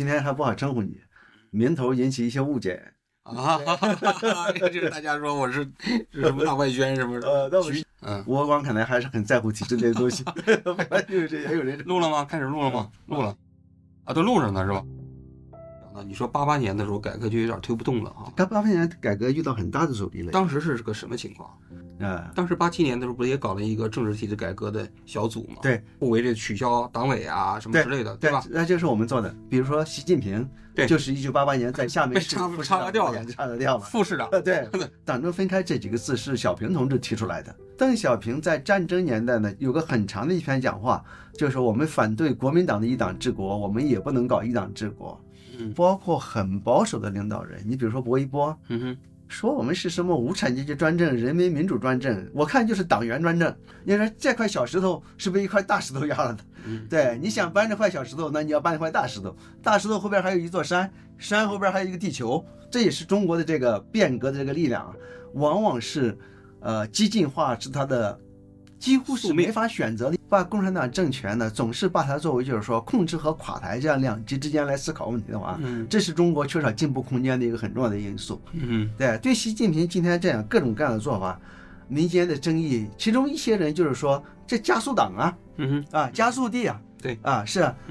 今天还不好称呼你，名头引起一些误解啊，就是大家说我是什么大外宣什么的。 我王可能还是很在乎体制这些东西。还有人录了吗？开始录了吗？录了啊，都录上呢是吧？你说88年的时候改革就有点推不动了啊。 88年改革遇到很大的阻力了。 当时是个什么情况？当时87年的时候不是也搞了一个政治体制改革的小组吗？ 对， 不为这取消党委啊什么之类的，对吧？ 那就是我们做的。比如说习近平， 对， 就是1988年在厦门被插掉了，副市长。 对，党政分开这几个字是小平同志提出来的。邓小平在战争年代呢，有个很长的一篇讲话，就是我们反对国民党的一党治国，我们也不能搞一党治国。包括很保守的领导人，你比如说薄一波，说我们是什么无产阶级专政、人民民主专政，我看就是党员专政。你说这块小石头是被一块大石头压了的，对，你想搬这块小石头，那你要搬一块大石头，大石头后边还有一座山，山后边还有一个地球。这也是中国的这个变革的这个力量，往往是激进化是它的几乎是没法选择的。把共产党政权呢，总是把它作为就是说控制和垮台这样两极之间来思考问题的话，这是中国缺少进步空间的一个很重要的因素。对习近平今天这样各种各样的做法，民间的争议，其中一些人就是说这加速党啊，加速地啊， 对啊，是啊，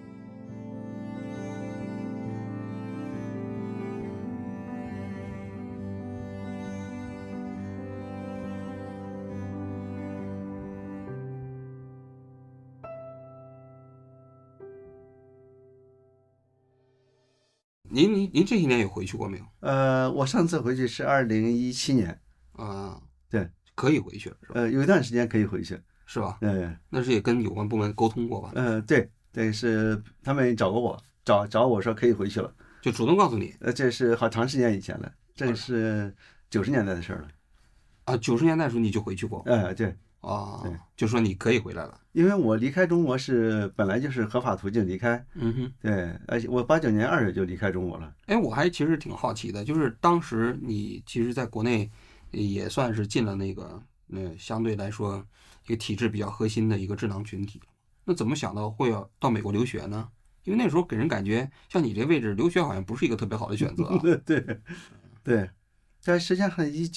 您这些年有回去过没有？ 我上次回去是2017年啊， 对， 可以回去了是吧？ 有一段时间可以回去， 是吧？那是也跟有关部门沟通过吧？ 对，是他们找过我，找我说可以回去了， 就主动告诉你。 这是好长时间以前了，这是90年代的事了。 啊，90年代的时候你就回去过？ 对。 对，就说你可以回来了。 因为我离开中国是本来就是合法途径离开，对，而且我89年2月就离开中国了。 我还其实挺好奇的，就是当时你其实在国内也算是进了那个相对来说一个体制比较核心的一个智囊群体，那怎么想到会要到美国留学呢？因为那时候给人感觉像你这位置留学好像不是一个特别好的选择对，在实际上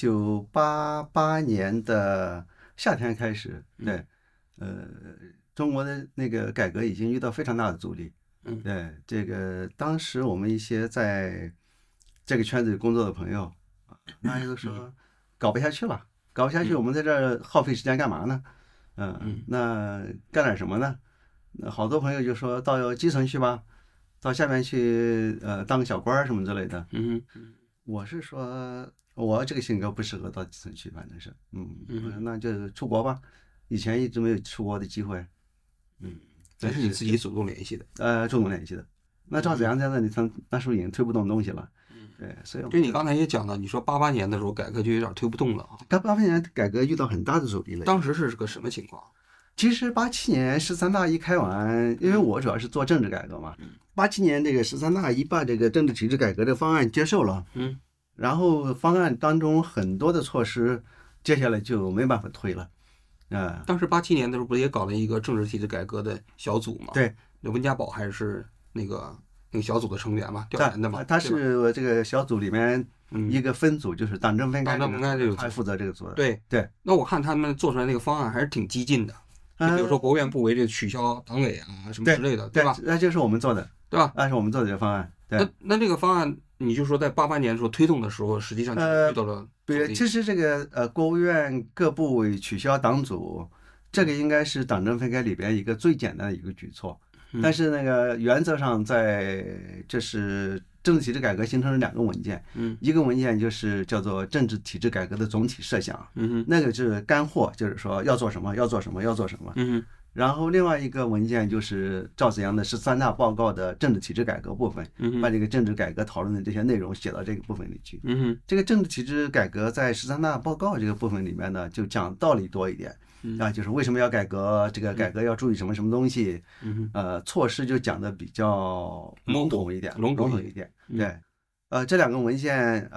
1988年的夏天开始，对，中国的那个改革已经遇到非常大的阻力。对，这个当时我们一些在这个圈子里工作的朋友，那就说搞不下去了，搞不下去，我们在这儿耗费时间干嘛呢？那干点什么呢？那好多朋友就说到基层去吧，到下面去当个小官什么之类的。我是说，我这个性格不适合到基层去，反正是，那就出国吧。以前一直没有出国的机会， 这是你自己主动联系的， 主动联系的。那赵子阳在那里，那时候已经推不动东西了，对，所以就你刚才也讲了，你说88年的时候改革就有点推不动了啊。 88年改革遇到很大的阻力了。 当时是个什么情况？ 其实87年13大一开完，因为我主要是做政治改革嘛，87年这个13大一把这个政治体制改革的方案接受了，然后方案当中很多的措施，接下来就没办法推了， 当时87年的时候不是也搞了一个政治体制改革的小组嘛？ 对， 温家宝还是那个小组的成员嘛，调研的嘛。 他是我这个小组里面一个分组，就是党政分开这个，他负责这个组的。对。 那我看他们做出来那个方案还是挺激进的，就比如说国务院部委这取消党委啊什么之类的，对吧？ 那就是我们做的， 对吧？ 那是我们做的这个方案。对。 那这个方案，你就说在88年的时候推动的时候，实际上遇到了对，其实这个国务院各部委取消党组，这个应该是党政分开里边一个最简单的一个举措。但是那个原则上这是政治体制改革形成了2个文件，一个文件就是叫做政治体制改革的总体设想，那个是干货，就是说要做什么，然后另外一个文件就是赵紫阳的13大报告的政治体制改革部分，把这个政治改革讨论的这些内容写到这个部分里去。这个政治体制改革在13大报告这个部分里面呢，就讲道理多一点。就是为什么要改革，这个改革要注意什么东西，措施就讲的比较笼统一点。对，这2个文件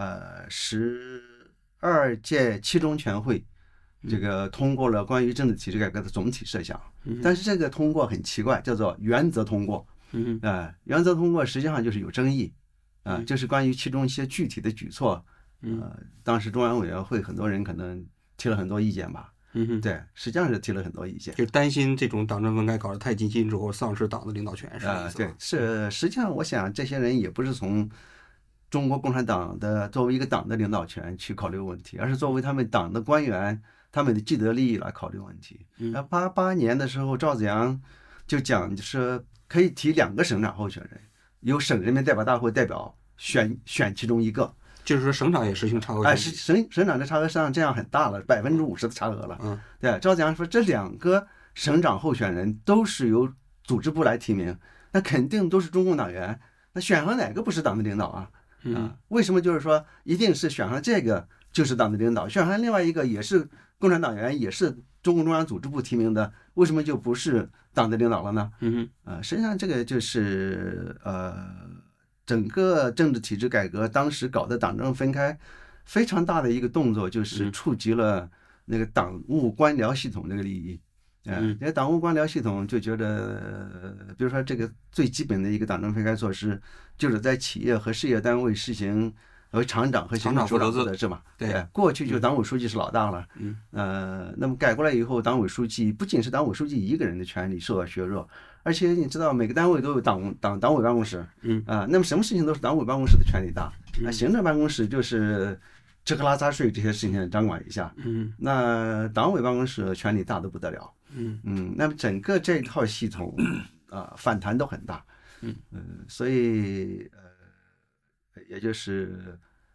12届七中全会这个通过了关于政治体制改革的总体设想，但是这个通过很奇怪，叫做原则通过。 原则通过实际上就是有争议，就是关于其中一些具体的举措，当时中央委员会很多人可能提了很多意见吧。对，实际上是提了很多意见， 就担心这种党政分开搞得太激进之后，丧失党的领导权，是吧？ 对，是。实际上，我想这些人也不是从中国共产党的作为一个党的领导权去考虑问题，而是作为他们党的官员、他们的既得利益来考虑问题。88年的时候，赵紫阳就讲，就是可以提2个省长候选人，由省人民代表大会代表选其中一个。 就是说省长也实行差额选举，省长的差额上这样很大了，50%的差额了。对，赵紫阳说这2个省长候选人都是由组织部来提名，那肯定都是中共党员，那选上哪个不是党的领导啊？为什么就是说一定是选上这个就是党的领导，选上另外一个也是共产党员，也是中共中央组织部提名的，为什么就不是党的领导了呢？实际上这个就是整个政治体制改革当时搞的党政分开非常大的一个动作，就是触及了那个党务官僚系统这个利益。因为党务官僚系统就觉得，比如说这个最基本的一个党政分开措施，就是在企业和事业单位实行厂长和行政首长负责制嘛。对，过去就党委书记是老大了。那么改过来以后，党委书记不仅是党委书记一个人的权利受到削弱，而且你知道每个单位都有党委办公室。那么什么事情都是党委办公室的权力大。行政办公室就是吃喝拉撒睡这些事情掌管一下。那党委办公室权力大得不得了。那么整个这套系统反弹都很大。所以也就是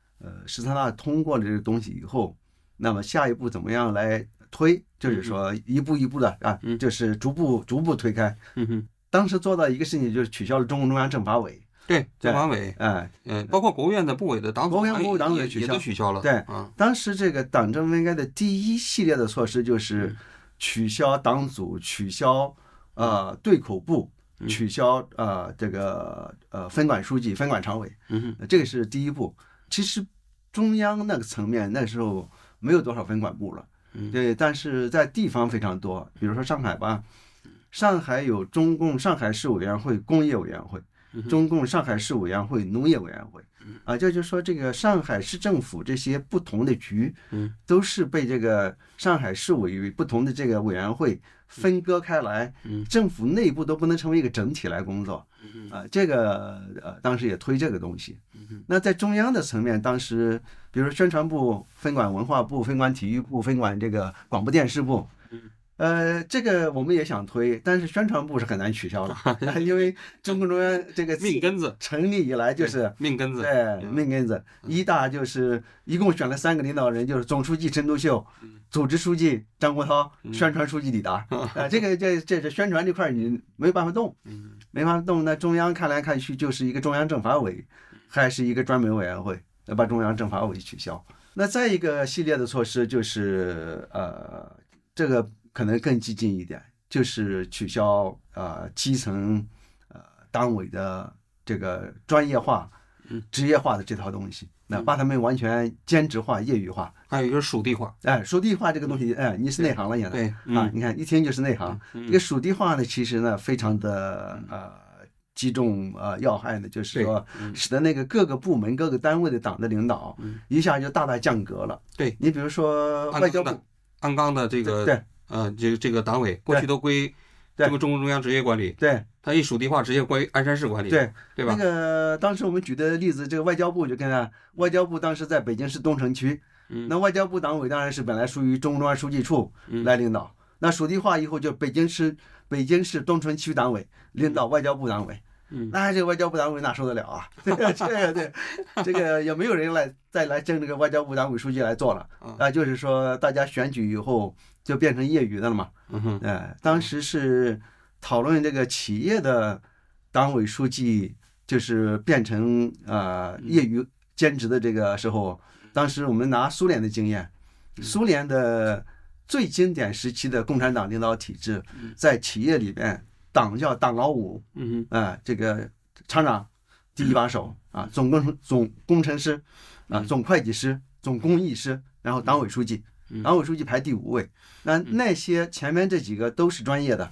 13大通过了这个东西以后，那么下一步怎么样来推，就是说一步一步的就是逐步推开。当时做到一个事情就是取消了中共中央政法委。 对，政法委，包括国务院的部委的党组， 国务院部委党委也都取消了。 对，当时这个党政分开的第一系列的措施就是取消党组，取消对口部，取消这个分管书记、分管常委。这个是第一步。其实中央那个层面那时候没有多少分管部了。对，但是在地方非常多，比如说上海吧，上海有中共上海市委员会工业委员会，中共上海市委员会农业委员会。这就是说这个上海市政府这些不同的局都是被这个上海市委不同的这个委员会分割开来，政府内部都不能成为一个整体来工作。这个当时也推这个东西。那在中央的层面，当时比如说宣传部分管文化部，分管体育部，分管这个广播电视部。这个我们也想推，但是宣传部是很难取消的，因为中共中央这个命根子成立以来就是命根子。 对，命根子。一大就是一共选了3个领导人，就是总书记陈独秀，组织书记张国焘，宣传书记李达。这宣传这块你没有办法动，没办法动。那中央看来看去就是一个中央政法委，还是一个专门委员会，把中央政法委取消。那再一个系列的措施就是这个可能更激进一点，就是取消基层党委的这个专业化、职业化的这套东西，那把他们完全兼职化、业余化。 还有一个属地化。 属地化这个东西，你是内行了，现在对你看一听就是内行。这个属地化呢，其实呢非常的击中要害的，就是说使得那个各个部门、各个单位的党的领导一下就大大降格了。 对， 你比如说外交部鞍钢的这个对。 这个党委过去都归这个中共中央直接管理。 对， 他一属地化直接归鞍山市管理。 对吧？ 那个当时我们举的例子，这个外交部就跟外交部当时在北京市东城区，那外交部党委当然是本来属于中共中央书记处来领导，那属地化以后就北京市东城区党委领导外交部党委。那这个外交部党委哪受得了啊？这个也没有人再来争这个外交部党委书记来做了。就是说大家选举以后就变成业余的了嘛。当时是讨论这个企业的党委书记就是变成业余兼职的这个时候，当时我们拿苏联的经验，苏联的最经典时期的共产党领导体制，在企业里边。党叫党老五，这个厂长第一把手总工程师总会计师，总工艺师，然后党委书记，党委书记排第5位。那些前面这几个都是专业的，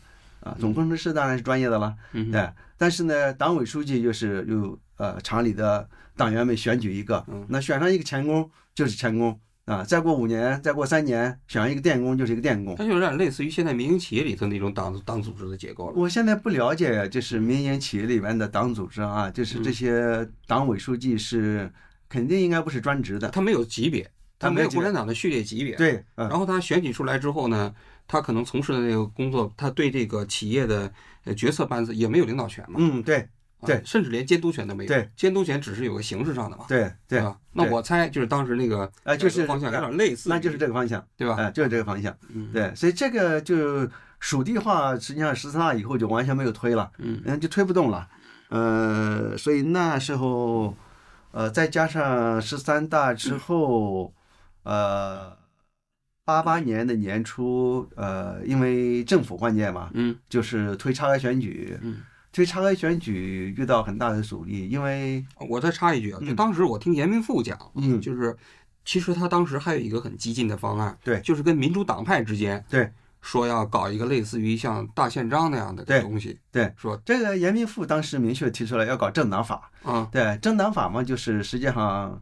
总工程师当然是专业的了，对。但是呢，党委书记就是由厂里的党员们选举一个，那选上一个钳工就是钳工啊，再过5年，再过3年，选上一个电工就是一个电工。 它就有点类似于现在民营企业里头那种党组织的结构了。 我现在不了解，就是民营企业里面的党组织啊，就是这些党委书记是肯定应该不是专职的， 他没有级别，他没有共产党的序列级别。 对， 然后他选举出来之后呢，他可能从事的那个工作，他对这个企业的决策班子也没有领导权嘛。 对。对， 甚至连监督权都没有。 对， 监督权只是有个形式上的嘛。 对， 那我猜就是当时那个就是方向有点类似， 那就是这个方向， 对吧？ 就是这个方向。对，所以这个就属地化，实际上13大以后就完全没有推了，就推不动了。所以那时候，再加上13大之后，88年的年初，因为政府换届嘛，就是推插额选举，推插额选举遇到很大的阻力，因为我再插一句啊，就当时我听严明富讲，就是其实他当时还有一个很激进的方案， 对， 就是跟民主党派之间， 对， 说要搞一个类似于像大宪章那样的东西， 对， 说这个严明富当时明确提出来要搞政党法，对，政党法嘛，就是实际上，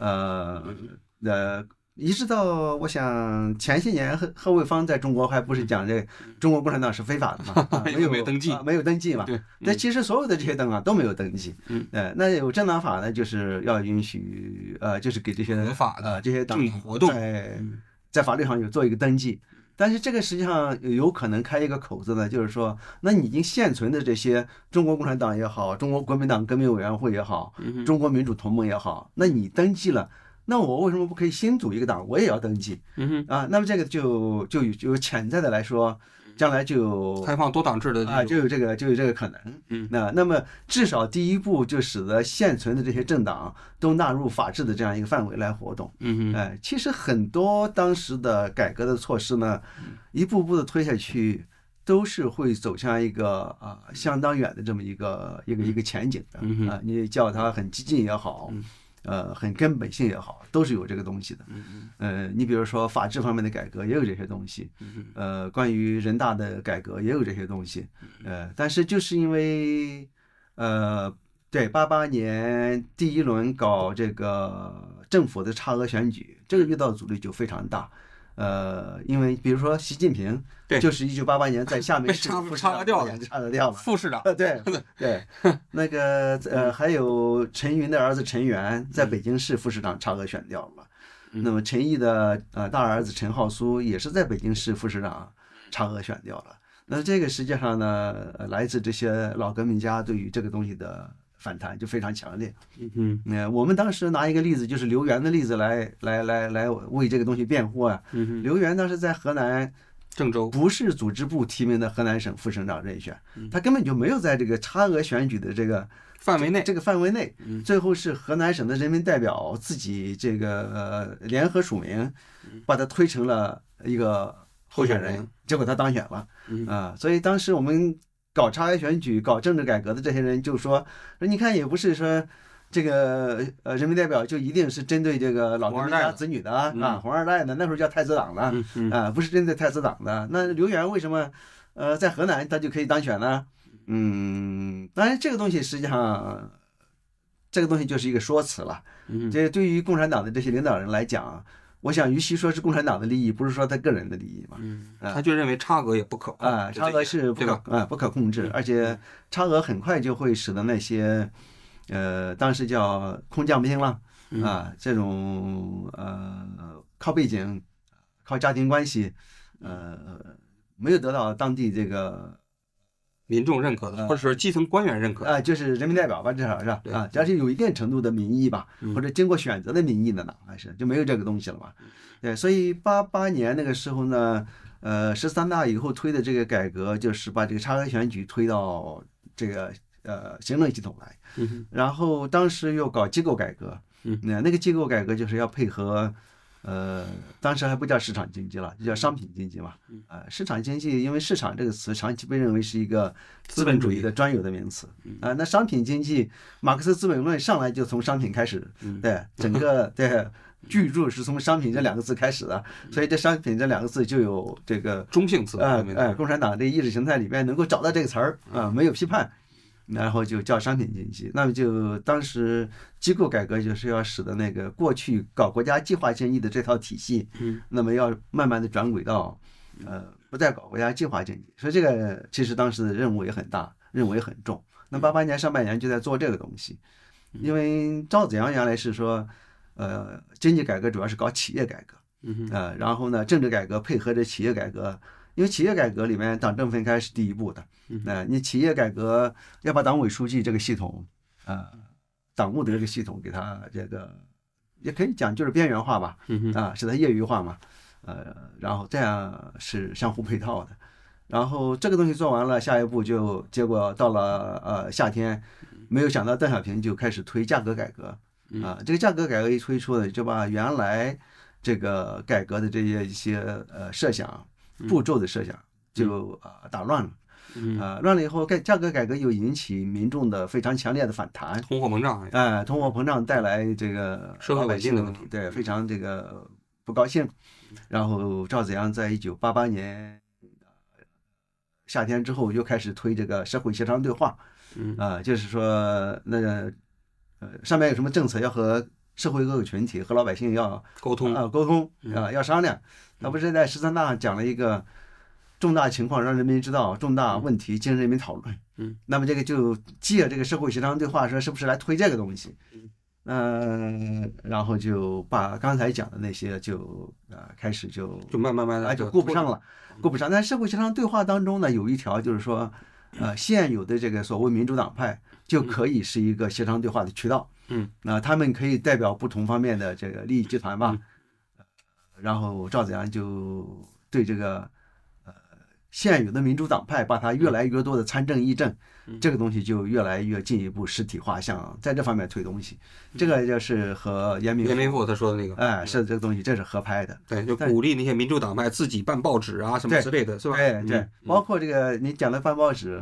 一直到我想前些年贺卫方在中国还不是讲这中国共产党是非法的嘛，没有登记， 没有登记嘛。 对， 那其实所有的这些党啊都没有登记。那有政党法呢，就是要允许就是给这些合法的这些党活动在法律上有做一个登记。但是这个实际上有可能开一个口子呢，就是说，那你已经现存的这些中国共产党也好，中国国民党革命委员会也好，中国民主同盟也好，那你登记了。那我为什么不可以新组一个党？我也要登记，那么这个就有潜在的来说，将来就开放多党制的就有这个可能，那么至少第一步就使得现存的这些政党都纳入法治的这样一个范围来活动，其实很多当时的改革的措施呢，一步步的推下去，都是会走向一个相当远的这么一个前景的，你叫它很激进也好。很根本性也好，都是有这个东西的。你比如说法治方面的改革也有这些东西，关于人大的改革也有这些东西，但是就是因为对88年第一轮搞这个政府的插额选举，这个遇到阻力就非常大。因为比如说习近平，就是1988年在厦门市插额掉了， 副市长， 对，那个还有陈云的儿子陈元在北京市副市长插额选掉了，那么陈毅的大儿子陈浩苏也是在北京市副市长插额选掉了。那这个实际上呢，来自这些老革命家对于这个东西的反弹就非常强烈。我们当时拿一个例子，就是刘源的例子来为这个东西辩护啊。刘源当时在河南郑州， 不是组织部提名的河南省副省长任选，他根本就没有在这个插额选举的这个范围内，最后是河南省的人民代表自己这个联合署名，把他推成了一个候选人，结果他当选了。所以当时我们搞插额选举、搞政治改革的这些人就说你看也不是说这个人民代表就一定是针对这个老革命家子女的红二代的，那时候叫太子党的不是针对太子党的。那刘源为什么在河南他就可以当选呢？当然这个东西实际上这个东西就是一个说辞了。这对于共产党的这些领导人来讲，我想与其说是共产党的利益，不是说他个人的利益嘛。 他就认为差额也不可控， 差额是不可控制，而且差额很快就会使得那些当时叫空降兵了这种靠背景、靠家庭关系没有得到当地这个民众认可的，或者是基层官员认可的就是人民代表吧，至少是而且有一定程度的民意吧，或者经过选择的民意的呢，还是就没有这个东西了嘛。对，所以88年那个时候呢，13大以后推的这个改革，就是把这个插额选举推到这个行政系统来，然后当时又搞机构改革，那个机构改革就是要配合。当时还不叫市场经济了，就叫商品经济嘛。市场经济，因为市场这个词长期被认为是一个资本主义的专有的名词那商品经济，马克思《资本论》上来就从商品开始，对整个对巨著是从商品这两个字开始的，所以这商品这两个字就有这个中性词。 共产党这意识形态里面能够找到这个词儿啊，没有批判。然后就叫商品经济，那么就当时机构改革就是要使得那个过去搞国家计划经济的这套体系，那么要慢慢的转轨道，不再搞国家计划经济，所以这个其实当时的任务也很大，任务也很重。那88年上半年就在做这个东西，因为赵紫阳原来是说，经济改革主要是搞企业改革，然后呢政治改革配合着企业改革，因为企业改革里面党政分开是第一步的。你企业改革要把党委书记这个系统，党务的这个系统给他这个也可以讲就是边缘化吧，使它业余化嘛，然后这样是相互配套的。然后这个东西做完了，下一步就结果到了夏天，没有想到邓小平就开始推价格改革，这个价格改革一推出呢，就把原来这个改革的这些一些设想步骤的设想就打乱了。乱了以后，价格改革又引起民众的非常强烈的反弹， 通货膨胀， 通货膨胀带来这个社会百姓的问题， 对，非常这个不高兴。然后赵紫阳在1988年夏天之后又开始推这个社会协商对话，就是说那个上面有什么政策要和社会各个群体和老百姓要沟通要商量。他不是在13大上讲了一个重大情况让人民知道，重大问题经人民讨论。那么这个就借这个社会协商对话说是不是来推这个东西？然后就把刚才讲的那些就开始就慢慢就顾不上了，顾不上。但社会协商对话当中呢，有一条就是说，现有的这个所谓民主党派就可以是一个协商对话的渠道。他们可以代表不同方面的这个利益集团吧。然后赵紫阳就对这个现有的民主党派把它越来越多的参政议政，这个东西就越来越进一步实体化，像在这方面推东西。这个就是和严明富他说的那个， 是这个东西，这是合拍的。 对，就鼓励那些民主党派自己办报纸啊什么之类的，是吧？ 对，包括这个你讲的办报纸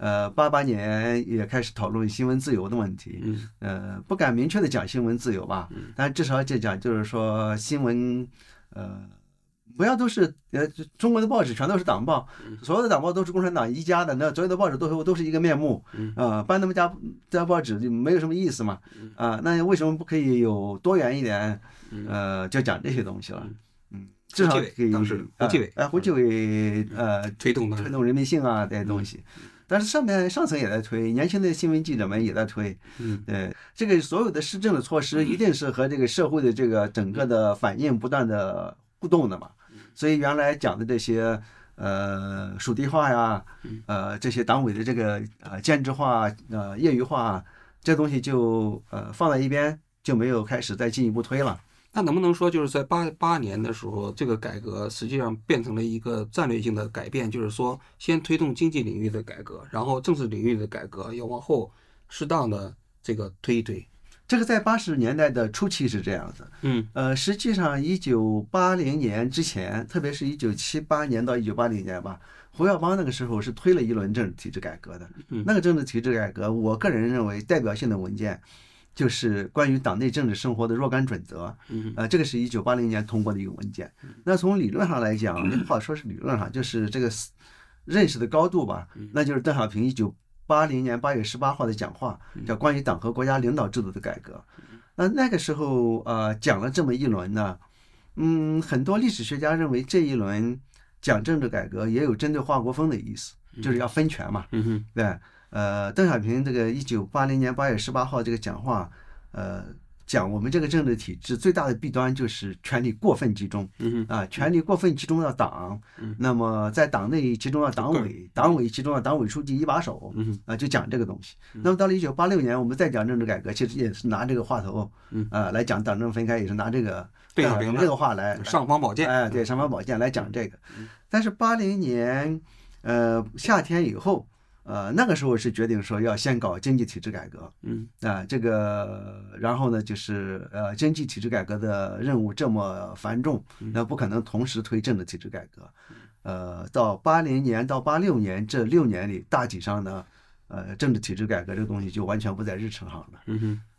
，88年也开始讨论新闻自由的问题。不敢明确的讲新闻自由吧，但至少就讲就是说新闻，不要都是中国的报纸全都是党报，所有的党报都是共产党一家的，那所有的报纸都是一个面目，办那么家报纸就没有什么意思嘛，那为什么不可以有多元一点？就讲这些东西了，至少可以。 当时胡纪委推动人民性啊这些东西。但是上层也在推，年轻的新闻记者们也在推，对这个所有的施政的措施，一定是和这个社会的这个整个的反应不断的互动的嘛。所以原来讲的这些属地化呀，这些党委的这个建制化、业余化，这东西就放在一边，就没有开始再进一步推了。 那能不能说，就是在88年的时候，这个改革实际上变成了一个战略性的改变，就是说，先推动经济领域的改革，然后政治领域的改革要往后适当的这个推一推。 这个在80年代的初期是这样子，实际上1980年之前，特别是1978年到1980年吧，胡耀邦那个时候是推了一轮政治体制改革的。那个政治体制改革，我个人认为代表性的文件就是关于党内政治生活的若干准则。这个是1980年通过的一个文件。那从理论上来讲，话说是理论上，就是这个认识的高度吧，那就是邓小平1980年8月18号的讲话，叫关于党和国家领导制度的改革。那个时候讲了这么一轮呢，很多历史学家认为这一轮讲政治改革也有针对华国锋的意思，就是要分权嘛。对，邓小平这个1980年8月18号这个讲话，讲我们这个政治体制最大的弊端就是权力过分集中，权力过分集中到党，那么在党内集中到党委，党委集中到党委书记一把手，就讲这个东西。那么到了1986年，我们再讲政治改革，其实也是拿这个话头，来讲党政分开，也是拿这个邓小平这个话来尚方宝剑， 对，尚方宝剑来讲这个。但是80年夏天以后。那个时候是决定说要先搞经济体制改革，这个然后呢就是经济体制改革的任务这么繁重，那不可能同时推政治体制改革。到80年到86年这6年里，大体上呢，政治体制改革这个东西就完全不在日程上了。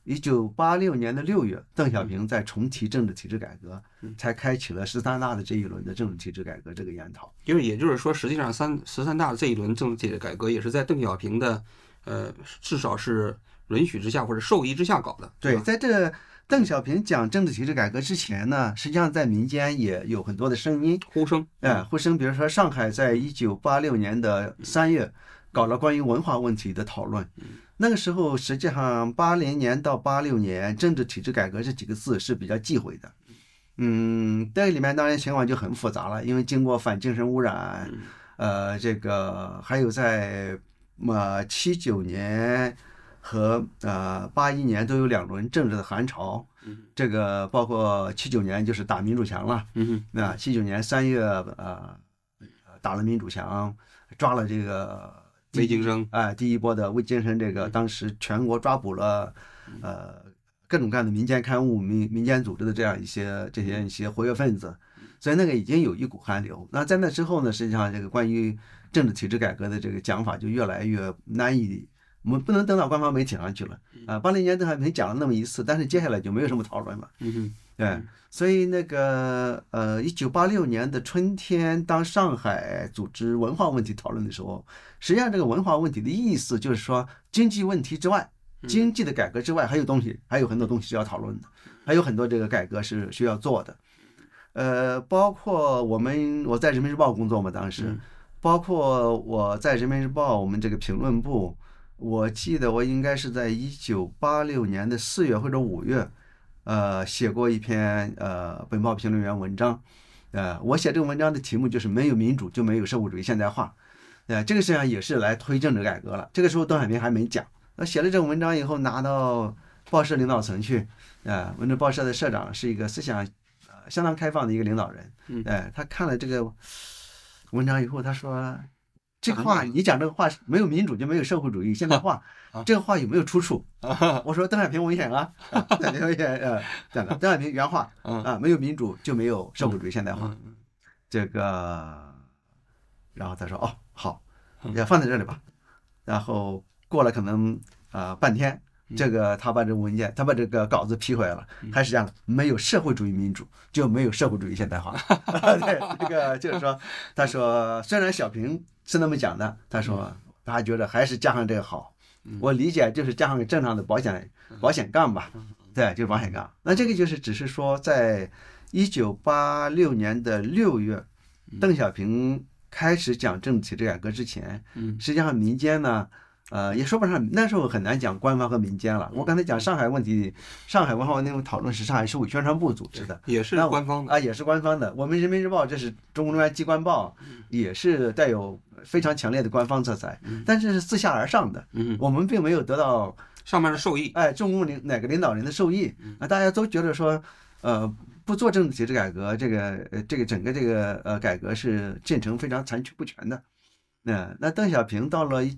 1986年的6月，邓小平在重提政治体制改革，才开启了13大的这一轮的政治体制改革这个研讨。 也就是说，实际上13大的这一轮政治体制改革也是在邓小平的至少是允许之下或者授意之下搞的。 对，在这邓小平讲政治体制改革之前呢，实际上在民间也有很多的声音呼声， 呼声。比如说上海在1986年的3月搞了关于文化问题的讨论。那个时候实际上80年到86年政治体制改革这几个字是比较忌讳的。这里面当然情况就很复杂了，因为经过反精神污染，这个还有在79年和81年都有2轮政治的寒潮。这个包括79年就是打民主墙了。79年3月打了民主墙，抓了这个魏京生， 第一波的魏京生，这个当时全国抓捕了各种各样的民间刊物、民间组织的这样一些活跃分子，所以那个已经有一股寒流。那在那之后呢，实际上这个关于政治体制改革的这个讲法就越来越难以，我们不能登到官方媒体上去了。80年邓小平讲了那么一次，但是接下来就没有什么讨论了。对，所以那个1986年的春天，当上海组织文化问题讨论的时候，实际上这个文化问题的意思就是说，经济问题之外，经济的改革之外，还有很多东西是要讨论的，还有很多这个改革是需要做的。包括我在人民日报工作嘛，当时，包括我在人民日报我们这个评论部，我记得我应该是在1986年的4月或者5月。写过一篇本报评论员文章。我写这个文章的题目就是没有民主就没有社会主义现代化。这个实际上也是来推政治改革了。这个时候邓小平还没讲。写了这个文章以后拿到报社领导层去。文政报社的社长是一个思想相当开放的一个领导人。他看了这个文章以后，他说这个话你讲这个话没有民主就没有社会主义现代化，这个话有没有出处？我说邓小平文献啊，邓小平原话没有民主就没有社会主义现代化。这个，然后他说好，也放在这里吧。然后过了可能半天，这个他把这个稿子批回来了，还是这样的，没有社会主义民主就没有社会主义现代化。对，这个就是说，他说虽然小平是那么讲的，他说他觉得还是加上这个好。我理解就是加上个正常的保险杠吧。对，就是保险杠。那这个就是只是说在1986年的6月，邓小平开始讲政治体制改革之前，实际上民间呢也说不上，那时候很难讲官方和民间了。我刚才讲上海问题，上海文化那种讨论是上海市委宣传部组织的， 也是官方的也是官方的。我们人民日报这是中共中央机关报，也是带有非常强烈的官方色彩，但是是自下而上的。我们并没有得到上面的授意， 中共哪个领导人的授意。大家都觉得说，不做政治体制改革，这个整个这个改革是进程非常残缺不全的。那邓小平到了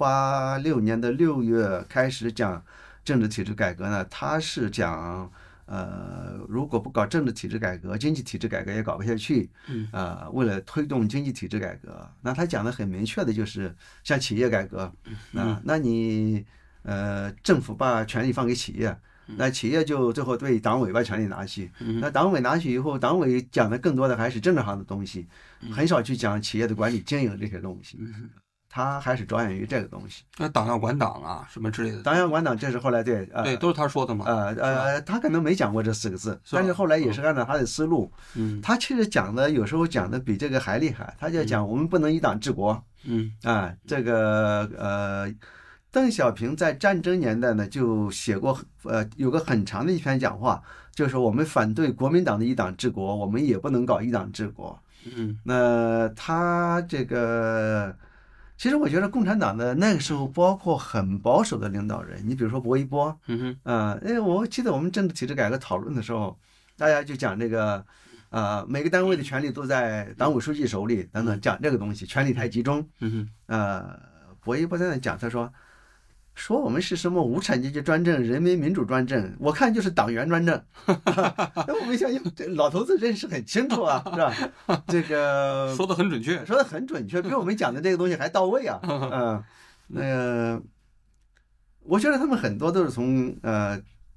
1986年的6月开始讲政治体制改革呢，他是讲如果不搞政治体制改革，经济体制改革也搞不下去。为了推动经济体制改革，那他讲的很明确的就是像企业改革。那你政府把权力放给企业，那企业就最后对党委把权力拿去。那党委拿去以后，党委讲的更多的还是政治上的东西，很少去讲企业的管理经营这些东西。他还是着眼于这个东西。 那党要管党啊，什么之类的。 党要管党，这是后来对都是他说的嘛。 他可能没讲过这4个字，但是后来也是按照他的思路。他其实讲的有时候讲的比这个还厉害。他就讲我们不能以党治国。这个邓小平在战争年代呢就写过有个很长的一篇讲话，就是说我们反对国民党的一党治国，我们也不能搞一党治国。那他这个其实我觉得共产党的那个时候包括很保守的领导人，你比如说薄一波。我记得我们政治体制改革讨论的时候，大家就讲这个每个单位的权力都在党委书记手里等等，讲这个东西权力太集中。薄一波在那讲，他说我们是什么无产阶级专政、人民民主专政，我看就是党员专政。我们想想，这老头子认识很清楚啊，是吧？这个说的很准确， 比我们讲的这个东西还到位啊。我觉得他们很多都是从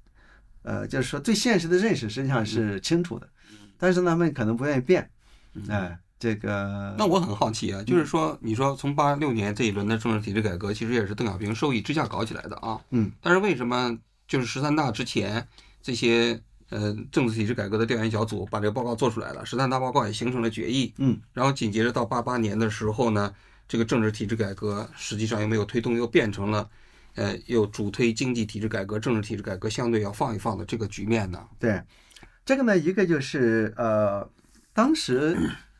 就是说对现实的认识实际上是清楚的，但是他们可能不愿意变，这个。 那我很好奇啊，就是说，你说从86年这一轮的政治体制改革，其实也是邓小平授意之下搞起来的啊，但是为什么就是13大之前这些政治体制改革的调研小组把这个报告做出来了，13大报告也形成了决议，然后紧接着到88年的时候呢，这个政治体制改革实际上又没有推动，又变成了又主推经济体制改革，政治体制改革相对要放一放的这个局面呢？ 对，这个呢，一个就是当时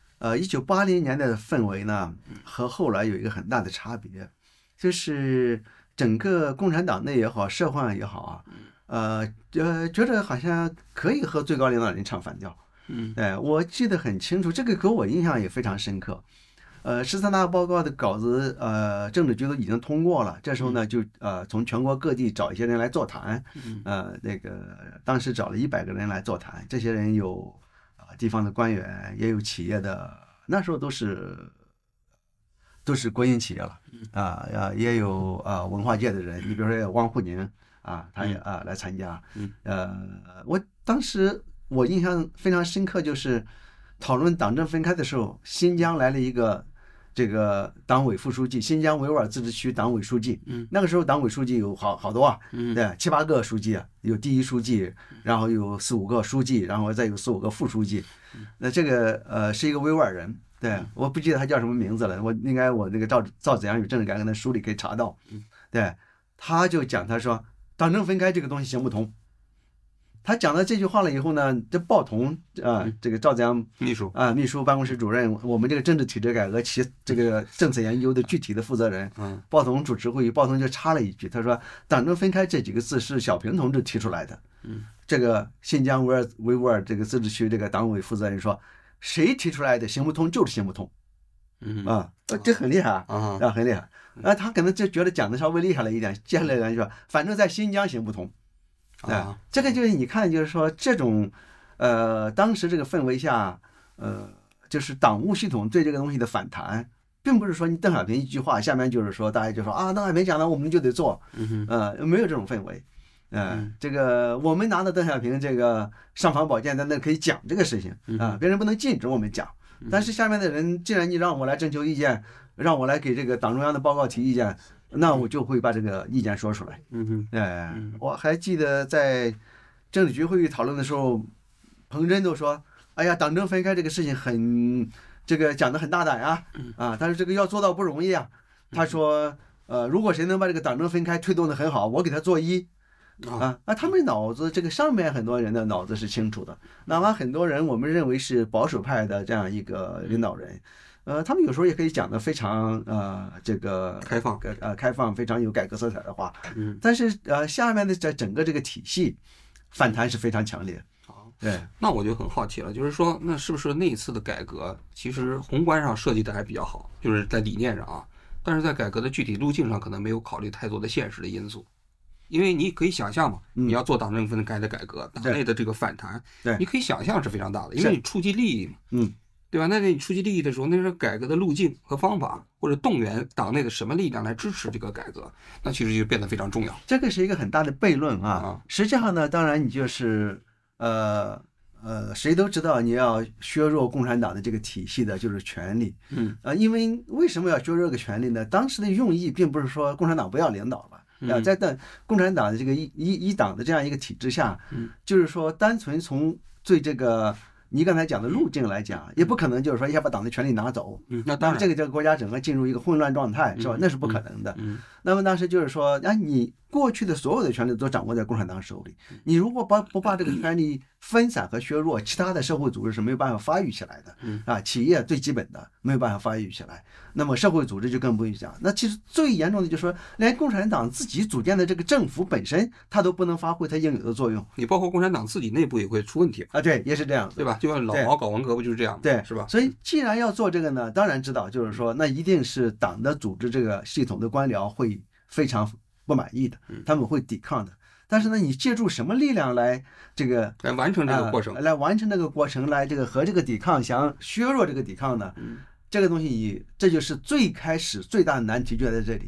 1980年的氛围呢，和后来有一个很大的差别，就是整个共产党内也好，社会上也好啊，觉得好像可以和最高领导人唱反调。我记得很清楚，这个给我印象也非常深刻。13大报告的稿子，政治局都已经通过了。这时候呢，就从全国各地找一些人来座谈，那个当时找了100个人来座谈，这些人有地方的官员，也有企业的，那时候都是国营企业了，也有文化界的人，你比如说汪沪宁他也来参加，我当时我印象非常深刻，就是讨论党政分开的时候，新疆来了一个这个党委副书记，新疆维吾尔自治区党委书记，那个时候党委书记有好多对，7、8个书记有第一书记，然后有4、5个书记，然后再有4、5个副书记，那这个是一个维吾尔人，对，我不记得他叫什么名字了，我那个赵子阳与政治改革的书里可以查到，对，他就讲，他说党政分开这个东西行不通。他讲了这句话了以后呢，这鲍同这个赵子阳秘书办公室主任，我们这个政治体制改革其这个政策研究的具体的负责人，鲍同主持会议，鲍同就插了一句，他说党政分开这几个字是小平同志提出来的，这个新疆维吾尔这个自治区这个党委负责人说，谁提出来的行不通就是行不通，这很厉害很厉害，他可能就觉得讲的稍微厉害了一点，接下来人就说反正在新疆行不通。这个就是你看，就是说这种，当时这个氛围下，就是党务系统对这个东西的反弹，并不是说你邓小平一句话，下面就是说大家就说邓小平讲了我们就得做，没有这种氛围，这个我们拿到邓小平这个尚方宝剑在那可以讲这个事情别人不能禁止我们讲，但是下面的人，既然你让我来征求意见，让我来给这个党中央的报告提意见。那我就会把这个意见说出来。我还记得在政治局会议讨论的时候，彭真都说：“哎呀，党政分开这个事情这个讲得很大胆但是这个要做到不容易啊。”他说：“如果谁能把这个党政分开推动得很好，我给他做1。”他们脑子这个上面很多人的脑子是清楚的，哪怕很多人我们认为是保守派的这样一个领导人。他们有时候也可以讲得非常这个开放非常有改革色彩的话，但是下面的整个这个体系反弹是非常强烈。对， 那我就很好奇了，就是说，那是不是那一次的改革其实宏观上设计的还比较好，就是在理念上但是在改革的具体路径上可能没有考虑太多的现实的因素，因为你可以想象嘛，你要做党政分开的改革，党内的这个反弹，你可以想象是非常大的，因为你触及利益嘛，对吧？那你触及利益的时候，那是改革的路径和方法，或者动员党内的什么力量来支持这个改革，那其实就变得非常重要。 这个是一个很大的悖论实际上呢，当然你就是谁都知道你要削弱共产党的这个体系的就是权力，因为什么要削弱这个权力呢？当时的用意并不是说共产党不要领导了，在共产党的这个一党的这样一个体制下，就是说单纯从对这个。你刚才讲的路径来讲，也不可能就是说一下把党的权力拿走， 那当然这个国家整个进入一个混乱状态，是吧？那是不可能的。那么当时就是说，你过去的所有的权力都掌握在共产党手里，你如果不把这个权力分散和削弱，其他的社会组织是没有办法发育起来的企业最基本的没有办法发育起来，那么社会组织就更不用讲。那其实最严重的就是说，连共产党自己组建的这个政府本身，它都不能发挥它应有的作用。 你包括共产党自己内部也会出问题对，也是这样， 对吧？就像老毛搞文革不就是这样， 对， 是吧？ 所以既然要做这个呢，当然知道就是说，那一定是党的组织这个系统的官僚会非常不满意的，他们会抵抗的。但是呢，你借助什么力量来这个来完成这个过程， 来完成这个过程，来这个和这个抵抗想削弱这个抵抗呢？这个东西这就是最开始最大的难题就在这里。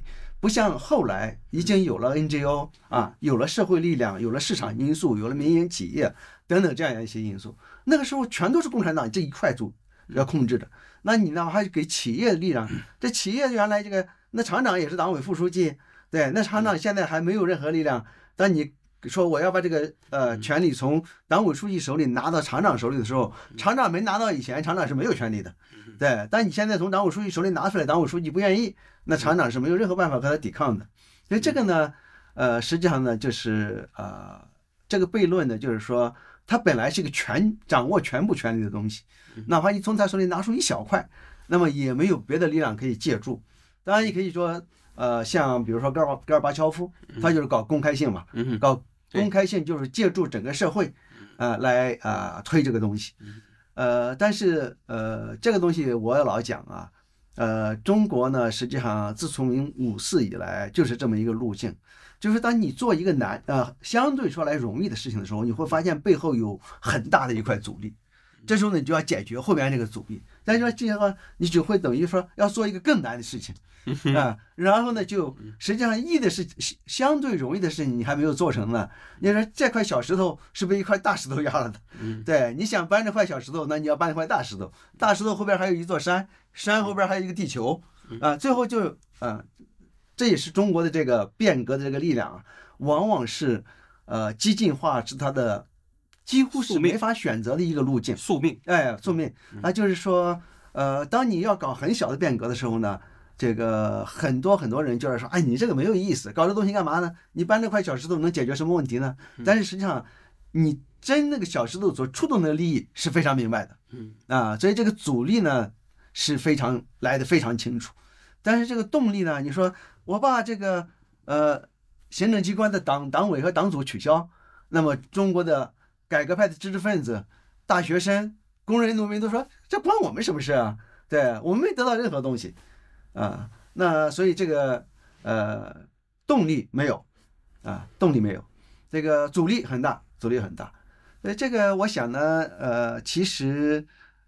不像后来已经有了 NGO 啊，有了社会力量，有了市场因素，有了民营企业等等这样一些因素，那个时候全都是共产党这一块要控制的。那你呢还给企业的力量，这企业原来那厂长也是党委副书记，对，那厂长现在还没有任何力量。当你说我要把这个权力从党委书记手里拿到厂长手里的时候，厂长没拿到以前，厂长是没有权利的。对，但你现在从党委书记手里拿出来，党委书记不愿意，那厂长是没有任何办法和他抵抗的。所以这个呢，实际上呢，就是这个悖论呢，就是说，他本来是一个掌握全部权力的东西，哪怕你从他手里拿出一小块，那么也没有别的力量可以借助。当然，也可以说，像比如说戈尔巴乔夫，他就是搞公开性嘛，搞公开性就是借助整个社会，来推这个东西。但是这个东西我也老讲啊，中国呢，实际上自从54以来就是这么一个路径，就是当你做一个相对说来容易的事情的时候，你会发现背后有很大的一块阻力，这时候呢你就要解决后边这个阻力，但是这样的话你只会等于说要做一个更难的事情然后呢就实际上易的是相对容易的事情你还没有做成呢，你说这块小石头是被一块大石头压了的，对，你想搬这块小石头，那你要搬一块大石头，大石头后边还有一座山，山后边还有一个地球最后就这也是中国的这个变革的这个力量往往是激进化是它的几乎是没法选择的一个路径， 宿命， 宿命就是说当你要搞很小的变革的时候呢，这个很多人就是说，你这个没有意思，搞这东西干嘛呢？你搬这块小石头能解决什么问题呢？但是实际上，你那个小石头所触动的利益是非常明白的，所以这个阻力呢是来得非常清楚。但是这个动力呢，你说我把这个行政机关的党委和党组取消，那么中国的改革派的知识分子、大学生、工人、农民都说这关我们什么事啊？对，我们没得到任何东西。那所以这个动力没有动力没有，这个阻力很大。这个我想呢其实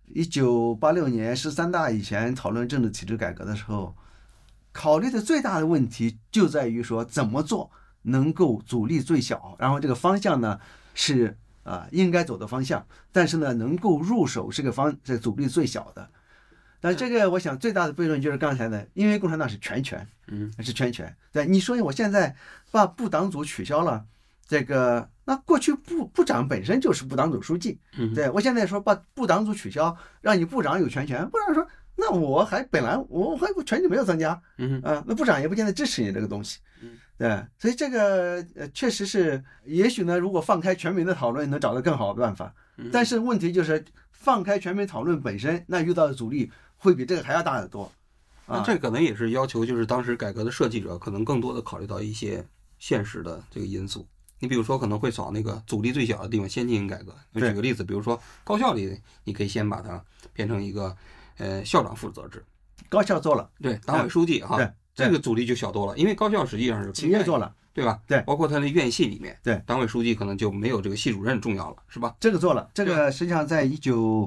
1986年13大以前讨论政治体制改革的时候，考虑的最大的问题就在于说怎么做能够阻力最小，然后这个方向呢是应该走的方向，但是呢能够入手这个阻力最小的。但这个我想最大的悖论就是刚才的，因为共产党是全权，是全权。对，你说我现在把部党组取消了，这个那过去部长本身就是部党组书记，对，我现在说把部党组取消，让你部长有全权，部长说那我本来权力没有增加，那部长也不见得支持你这个东西，对，所以这个确实是，也许呢，如果放开全民的讨论，能找到更好的办法，但是问题就是放开全民讨论本身，那遇到的阻力会比这个还要大得多。 那这可能也是要求，就是当时改革的设计者可能更多的考虑到一些现实的这个因素。你比如说可能会找那个阻力最小的地方先进行改革。举个例子，比如说高校里，你可以先把它变成一个校长负责制。 高校做了， 对，党委书记对， 这个阻力就小多了，因为高校实际上是企业做了， 对吧？ 对， 包括他的院系里面， 对， 党委书记可能就没有这个系主任重要了，是吧？ 这个做了，这个实际上在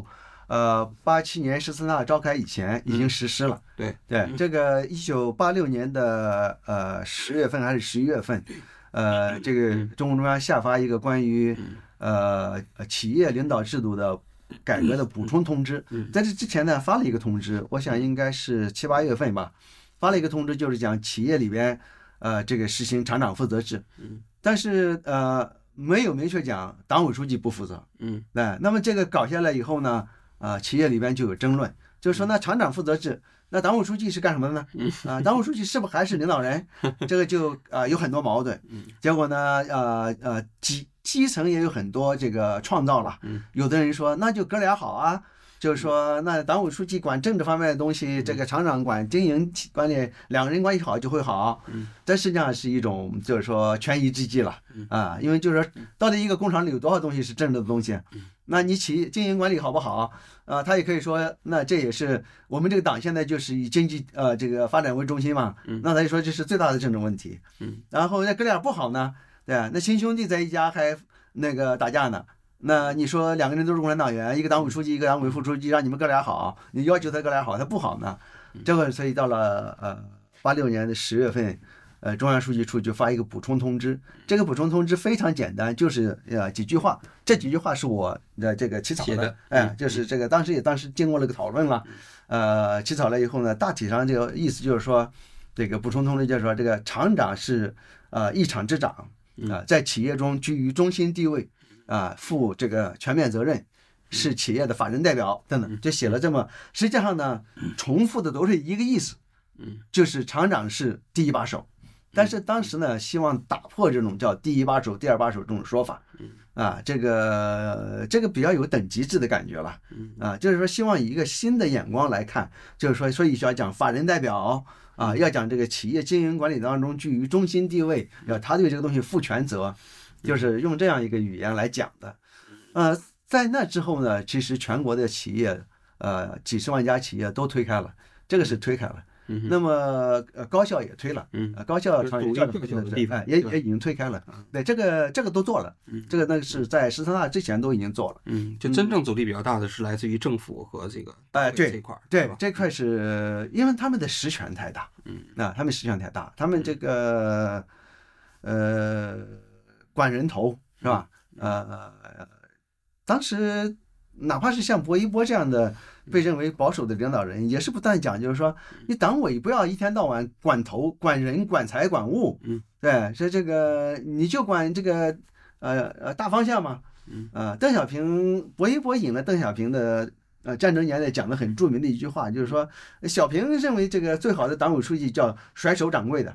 87年14大召开以前已经实施了。 对， 这个1986年的10月份还是11月份，这个中共中央下发一个关于企业领导制度的改革的补充通知，在这之前呢发了一个通知，我想应该是7、8月份吧，发了一个通知，就是讲企业里边这个实行厂长负责制，但是没有明确讲党委书记不负责，那么这个搞下来以后呢，企业里边就有争论，就是说那厂长负责制，那党委书记是干什么的呢？党委书记是不是还是领导人？这个就有很多矛盾。结果呢，基层也有很多这个创造了。有的人说那就哥俩好啊，就是说那党委书记管政治方面的东西，这个厂长管经营管理，两个人关系好就会好。这实际上是一种就是说权宜之计了因为就是说到底一个工厂里有多少东西是政治的东西？那你企业经营管理好不好他也可以说，那这也是我们这个党现在就是以经济这个发展为中心嘛，那他就说这是最大的政治问题。然后那哥俩不好呢，对啊，那亲兄弟在一家还那个打架呢，那你说两个人都是共产党员，一个党委书记一个党委副书记，让你们哥俩好，你要求他哥俩好，他不好呢，这个所以到了86年的10月份中央书记处就发一个补充通知。这个补充通知非常简单，就是几句话，这几句话是我的这个起草的，就是这个当时经过了个讨论了，起草了以后呢，大体上这个意思就是说，这个补充通知就是说，这个厂长是一厂之长在企业中居于中心地位负这个全面责任。是企业的法人代表等等，就写了这么，实际上呢，重复的都是一个意思，就是厂长是第一把手，但是当时呢，希望打破这种叫第一把手、第二把手这种说法，这个比较有等级制的感觉了，就是说希望以一个新的眼光来看，就是说，所以要讲法人代表要讲这个企业经营管理当中居于中心地位，他对这个东西负全责，就是用这样一个语言来讲的，在那之后呢，其实全国的企业，几十万家企业都推开了，这个是推开了。那么高校也推了，高校创业教育的地方也已经推开了。对，这个都做了，这个呢是在13大之前都已经做了。 就真正阻力比较大的是来自于政府和这个对这块， 对这块是因为他们的实权太大，他们实权太大，他们这个管人头是吧？当时哪怕是像薄一波这样的被认为保守的领导人，也是不断讲，就是说你党委不要一天到晚管头、管人、管财、管物，对，所以这个你就管这个大方向嘛，邓小平，薄一波引了邓小平的战争年代讲的很著名的一句话，就是说小平认为这个最好的党委书记叫甩手掌柜的，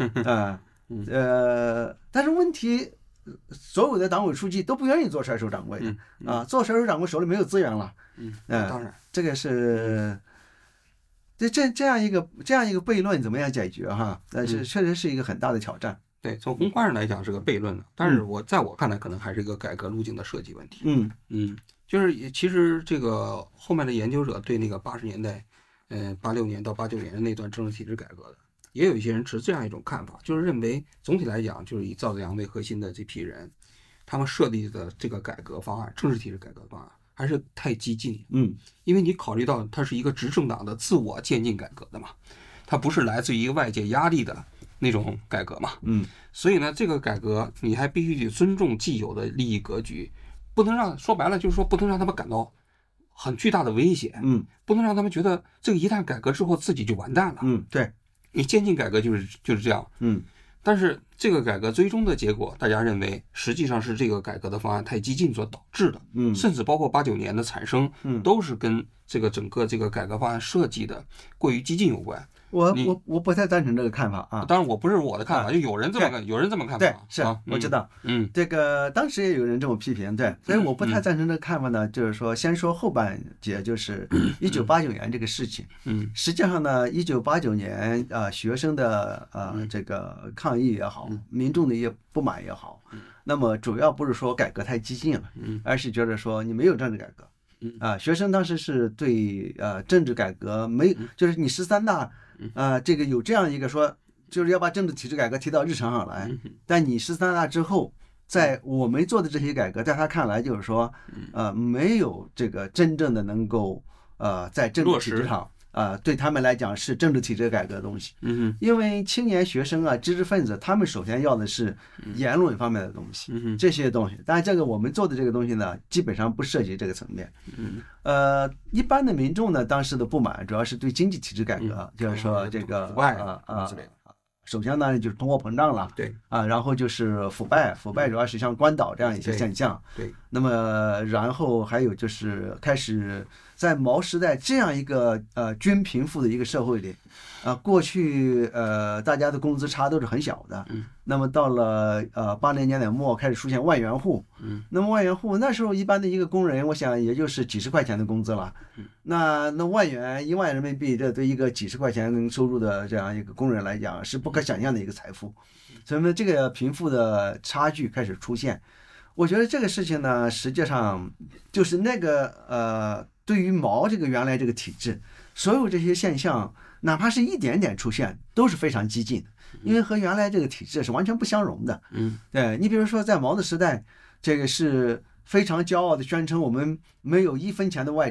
但是问题。所有的党委书记都不愿意做甩手掌柜的做甩手掌柜手里没有资源了， 当然， 这个是这样一个悖论怎么样解决哈？是确实是一个很大的挑战。 对，从宏观上来讲是个悖论的，但是在我看来，可能还是一个改革路径的设计问题。就是其实这个后面的研究者对那个80年代，86年到89年的那段政治体制改革的。也有一些人持这样一种看法，就是认为总体来讲，就是以赵子阳为核心的这批人，他们设计的这个改革方案，政治体制改革方案还是太激进。因为你考虑到它是一个执政党的自我渐进改革的嘛，它不是来自于外界压力的那种改革嘛。所以呢，这个改革你还必须得尊重既有的利益格局，不能让说白了就是说不能让他们感到很巨大的危险。不能让他们觉得这个一旦改革之后自己就完蛋了。 对。 你渐进改革就是这样，但是这个改革最终的结果，大家认为实际上是这个改革的方案太激进所导致的，甚至包括89年的产生，都是跟这个整个这个改革方案设计的过于激进有关。 我不太赞成这个看法啊。 当然我不是我的看法，就有人这么看法。 对，是我知道。这个当时也有人这么批评，对，所以我不太赞成这个看法呢。就是说，先说后半节，就是1989年这个事情。实际上呢，1989年学生的这个抗议也好，民众的一些不满也好，那么主要不是说改革太激进了，而是觉得说你没有政治改革。学生当时是对政治改革就是你13大。这个有这样一个说，就是要把政治体制改革提到日常上来。但你13大之后，在我们做的这些改革，在他看来就是说，没有这个真正的能够在政治体制上对他们来讲是政治体制改革的东西。因为青年学生知识分子，他们首先要的是言论方面的东西，这些东西。当然，这个我们做的这个东西呢，基本上不涉及这个层面。一般的民众呢，当时的不满主要是对经济体制改革，就是说这个首先呢就是通货膨胀了， 对然后就是腐败主要是像关岛这样一些现象， 对。 那么然后还有就是开始在毛时代这样一个均贫富的一个社会里，过去大家的工资差都是很小的，那么到了80年代末开始出现万元户，那么万元户那时候一般的一个工人，我想也就是几十块钱的工资了，那1万人民币，这对一个几十块钱收入的这样一个工人来讲是不可想象的一个财富，所以呢这个贫富的差距开始出现。我觉得这个事情呢，实际上就是那个对于毛这个原来这个体制，所有这些现象，哪怕是一点点出现，都是非常激进的，因为和原来这个体制是完全不相容的。对，你比如说在毛的时代，这个是非常骄傲的宣称我们没有1分钱的外债，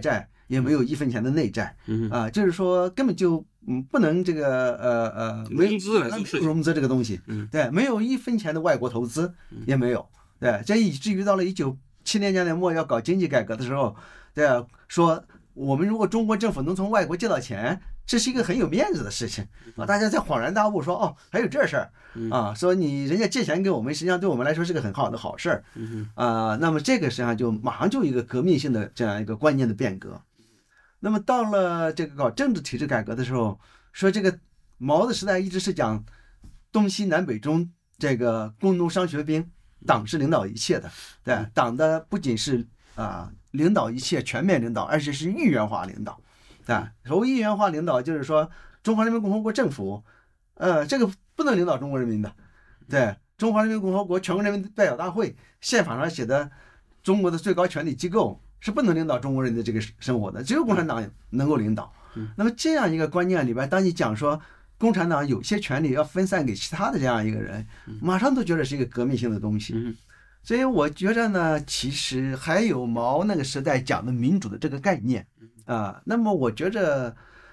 也没有1分钱的内债，就是说根本就不能这个融资来做事情， 融资这个东西，对，没有1分钱的外国投资也没有，对，这以至于到了1970年代末要搞经济改革的时候，对，说我们如果中国政府能从外国借到钱，这是一个很有面子的事情啊！大家才恍然大悟说，哦，还有这事儿啊！说人家借钱给我们，实际上对我们来说是个很好的好事儿啊。那么这个实际上就马上就一个革命性的这样一个观念的变革。那么到了这个搞政治体制改革的时候，说这个毛的时代一直是讲东西南北中这个工农商学兵，党是领导一切的，对，党的不仅是领导一切，全面领导，而且是一元化领导。所谓一元化领导，就是说中华人民共和国政府，这个不能领导中国人民的。对，中华人民共和国全国人民代表大会宪法上写的，中国的最高权力机构是不能领导中国人的这个生活的，只有共产党能够领导。那么这样一个观念里边，当你讲说共产党有些权利要分散给其他的这样一个人，马上都觉得是一个革命性的东西。所以我觉着呢，其实还有毛那个时代讲的民主的这个概念那么我觉着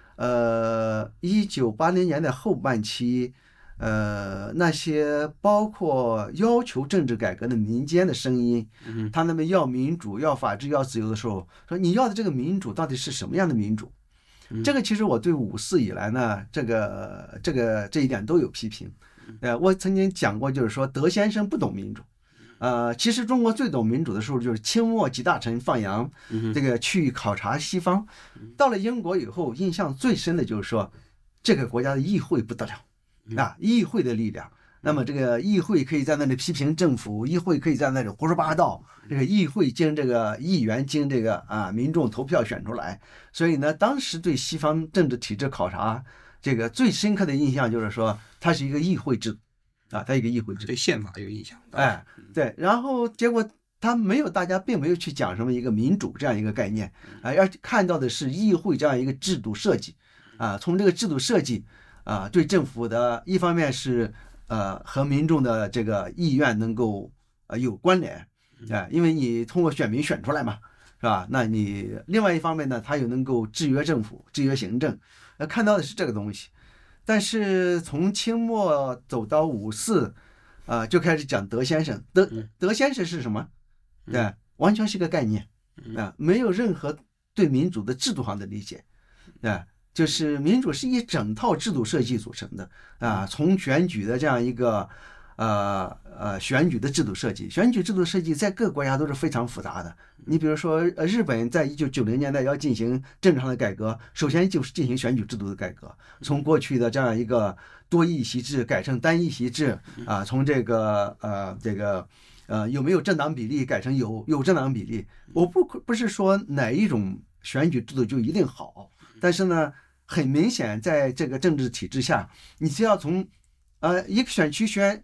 1980年代后半期那些包括要求政治改革的民间的声音，他们要民主要法治要自由的时候，说你要的这个民主到底是什么样的民主？这个其实我对54以来呢，这一点都有批评。我曾经讲过，就是说德先生不懂民主。其实中国最懂民主的时候，就是清末集大成放洋，这个去考察西方。到了英国以后，印象最深的就是说，这个国家的议会不得了议会的力量。那么这个议会可以在那里批评政府，议会可以在那里胡说八道。这个议会经这个议员经这个民众投票选出来。所以呢，当时对西方政治体制考察这个最深刻的印象就是说，它是一个议会制度。它一个议会制度对宪法有影响。 对，然后结果大家并没有去讲什么一个民主这样一个概念要看到的是议会这样一个制度设计从这个制度设计对政府的一方面是和民众的这个意愿能够有关联因为你通过选民选出来嘛，是吧？那你另外一方面呢，它又能够制约政府、制约行政，看到的是这个东西。但是从清末走到54，就开始讲德先生。德先生是什么？对，完全是个概念，没有任何对民主的制度上的理解，就是民主是一整套制度设计组成的从选举的这样一个选举的制度设计，选举制度设计在各个国家都是非常复杂的。你比如说日本在1990年代要进行政治上的改革，首先就是进行选举制度的改革，从过去的这样一个多议席制改成单议席制从这个有没有政党比例改成有政党比例。我不是说哪一种选举制度就一定好，但是呢，很明显在这个政治体制下，你只要从一个选区选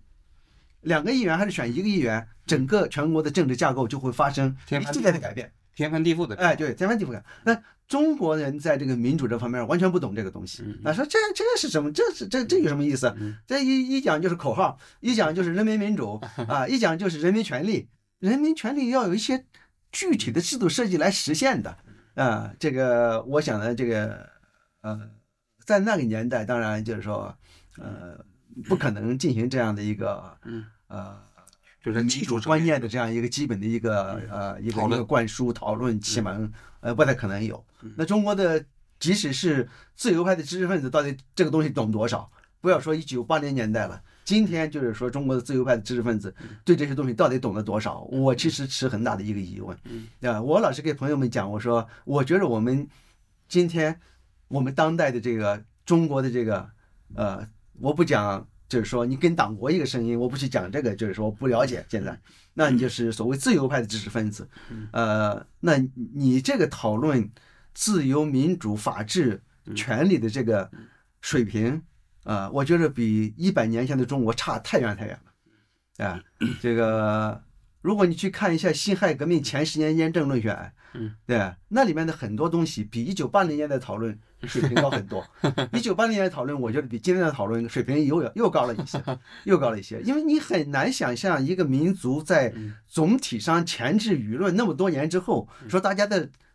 2个议员还是选1个议员，整个全国的政治架构就会发生一系列的改变， 天翻地覆的。 对，天翻地覆改。那中国人在这个民主这方面完全不懂这个东西。说这是什么？这有什么意思？这一讲就是口号，一讲就是人民民主一讲就是人民权利。人民权利要有一些具体的制度设计来实现的这个我想呢，这个在那个年代，当然就是说不可能进行这样的一个就是民主观念的这样一个基本的一个一个灌输、讨论、启蒙不太可能有。那中国的即使是自由派的知识分子，到底这个东西懂多少？不要说1980年代了，今天就是说中国的自由派的知识分子对这些东西到底懂得多少？我其实持很大的一个疑问。我老是给朋友们讲，我说我觉得我们今天我们当代的这个中国的这个我不讲，就是说你跟党国一个声音，我不去讲这个，就是说不了解现在，那你就是所谓自由派的知识分子，那你这个讨论自由、民主、法治、权利的这个水平，我觉得比100年前的中国差太远太远了，这个如果你去看一下辛亥革命前10年验证论选，对，那里面的很多东西比1980年的讨论水平高很多。1980年的讨论，我觉得比今天的讨论水平又高了一些，又高了一些。因为你很难想象一个民族在总体上钳制舆论那么多年之后，说大家的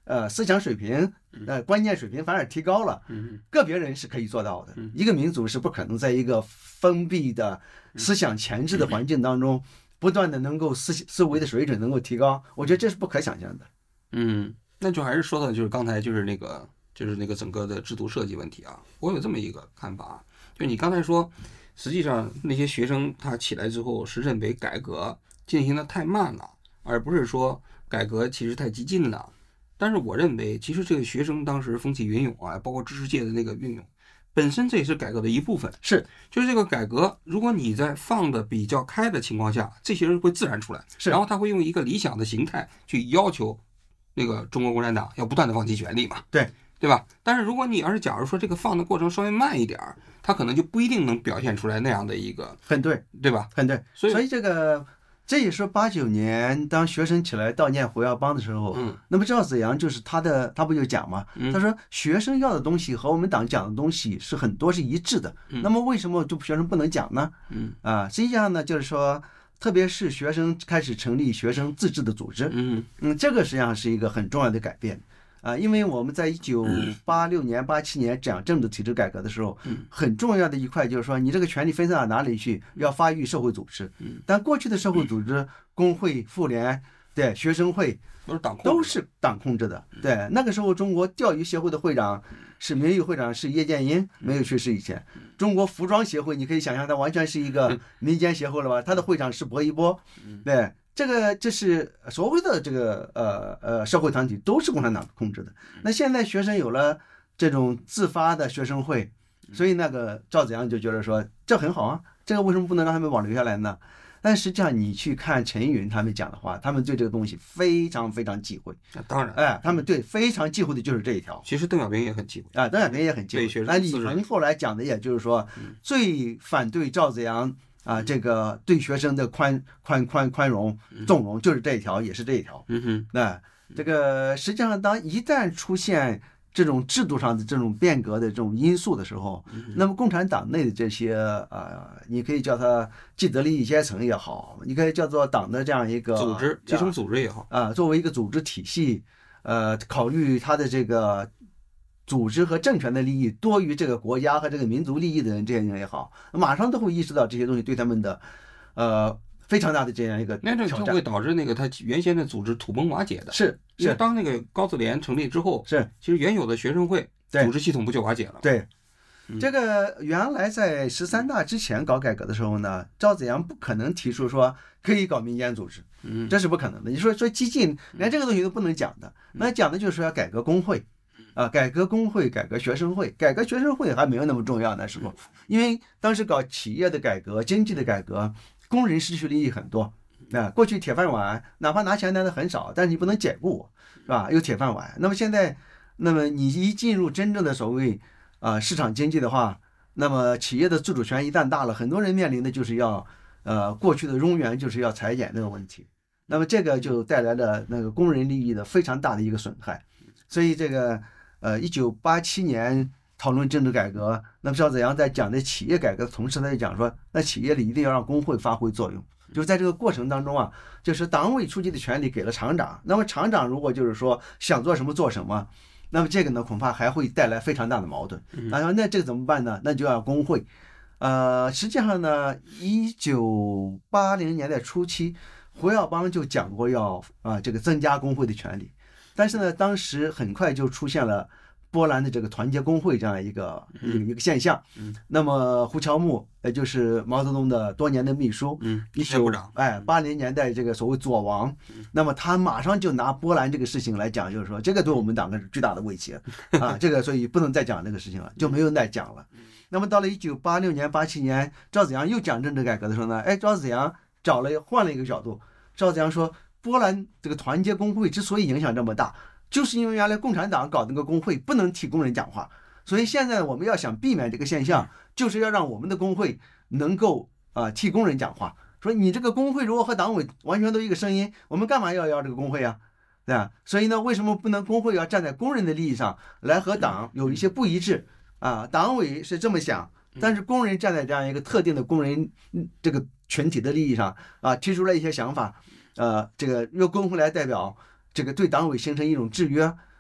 思想水平观念水平反而提高了，个别人是可以做到的，一个民族是不可能在一个封闭的思想前置的环境当中不断的能够思维的水准能够提高，我觉得这是不可想象的。 那就还是说到就是刚才就是那个整个的制度设计问题啊，我有这么一个看法，就你刚才说，实际上那些学生他起来之后是认为改革进行的太慢了，而不是说改革其实太激进了。但是我认为，其实这个学生当时风起云涌啊，包括知识界的那个运用，本身这也是改革的一部分。 是， 就是这个改革，如果你在放的比较开的情况下，这些人会自然出来，然后他会用一个理想的形态去要求那个中国共产党要不断的放弃权力嘛，对吧？但是如果你要是假如说这个放的过程稍微慢一点，他可能就不一定能表现出来那样的一个， 很对， 对吧？ 很对。所以这也是89年当学生起来悼念胡耀邦的时候，那么赵紫阳就是他不就讲嘛，他说学生要的东西和我们党讲的东西是很多是一致的，那么为什么就学生不能讲呢？实际上呢，就是说，特别是学生开始成立学生自治的组织，这个实际上是一个很重要的改变。因为我们在1986年、87年讲政治体制改革的时候，很重要的一块就是说，你这个权力分散到哪里去，要发育社会组织。但过去的社会组织，工会、妇联、对学生会都是党控制的。对，那个时候中国钓鱼协会的会长是名誉会长是叶剑英，没有去世以前。中国服装协会，你可以想象，它完全是一个民间协会了吧？它的会长是薄一波，对。这是所谓的这个社会团体都是共产党控制的。那现在学生有了这种自发的学生会，所以那个赵紫阳就觉得说这很好啊，这个为什么不能让他们保留下来呢？但实际上你去看陈云他们讲的话，他们对这个东西非常非常忌讳。 当然， 他们对非常忌讳的就是这一条。 其实邓小平也很忌讳邓小平也很忌讳。那李文后来讲的也就是说，最反对赵紫阳这个对学生的宽容纵容，就是这一条，也是这一条。那这个实际上，一旦出现这种制度上的这种变革的这种因素的时候，那么共产党内的这些你可以叫它既得利益阶层也好，你可以叫做党的这样一个组织、集中组织也好作为一个组织体系，考虑它的这个组织和政权的利益多于这个国家和这个民族利益的人，这些人也好，马上都会意识到这些东西对他们的非常大的这样一个挑战， 那就会导致那个他原先的组织土崩瓦解的。 是因为当那个高自联成立之后，其实原有的学生会组织系统不就瓦解了？ 对，这个原来在13大之前搞改革的时候呢，赵紫阳不可能提出说可以搞民间组织，这是不可能的。你说激进，连这个东西都不能讲的，那讲的就是要改革工会。改革工会，改革学生会，改革学生会还没有那么重要那时候，因为当时搞企业的改革、经济的改革，工人失去利益很多。过去铁饭碗，哪怕拿钱拿的很少，但是你不能解雇我，是吧？有铁饭碗。那么现在，那么你一进入真正的所谓市场经济的话，那么企业的自主权一旦大了，很多人面临的就是要过去的冗员就是要裁减这个问题，那么这个就带来了那个工人利益的非常大的一个损害。所以这个1987年讨论政治改革，那么赵紫阳在讲的企业改革的同时，他就讲说，那企业里一定要让工会发挥作用。就是在这个过程当中就是党委书记的权利给了厂长，那么厂长如果就是说想做什么做什么，那么这个呢恐怕还会带来非常大的矛盾。那这个怎么办呢？那就要工会。实际上呢，1980年代初期，胡耀邦就讲过要这个增加工会的权利。但是呢，当时很快就出现了波兰的这个团结工会这样一个现象。那么胡乔木，也就是毛泽东的多年的秘书，80年代这个所谓左王，那么他马上就拿波兰这个事情来讲，就是说这个对我们党是巨大的威胁这个所以不能再讲这个事情了，就没有再讲了。那么到了1986年、87年，赵紫阳又讲政治改革的时候呢，赵紫阳换了一个角度，赵紫阳说，波兰这个团结工会之所以影响这么大，就是因为原来共产党搞那个工会不能替工人讲话，所以现在我们要想避免这个现象，就是要让我们的工会能够替工人讲话。说你这个工会如果和党委完全都一个声音，我们干嘛要这个工会啊？对吧？所以呢，为什么不能工会要站在工人的利益上来和党有一些不一致党委是这么想，但是工人站在这样一个特定的工人这个群体的利益上提出了一些想法。这个由工会来代表这个对党委形成一种制约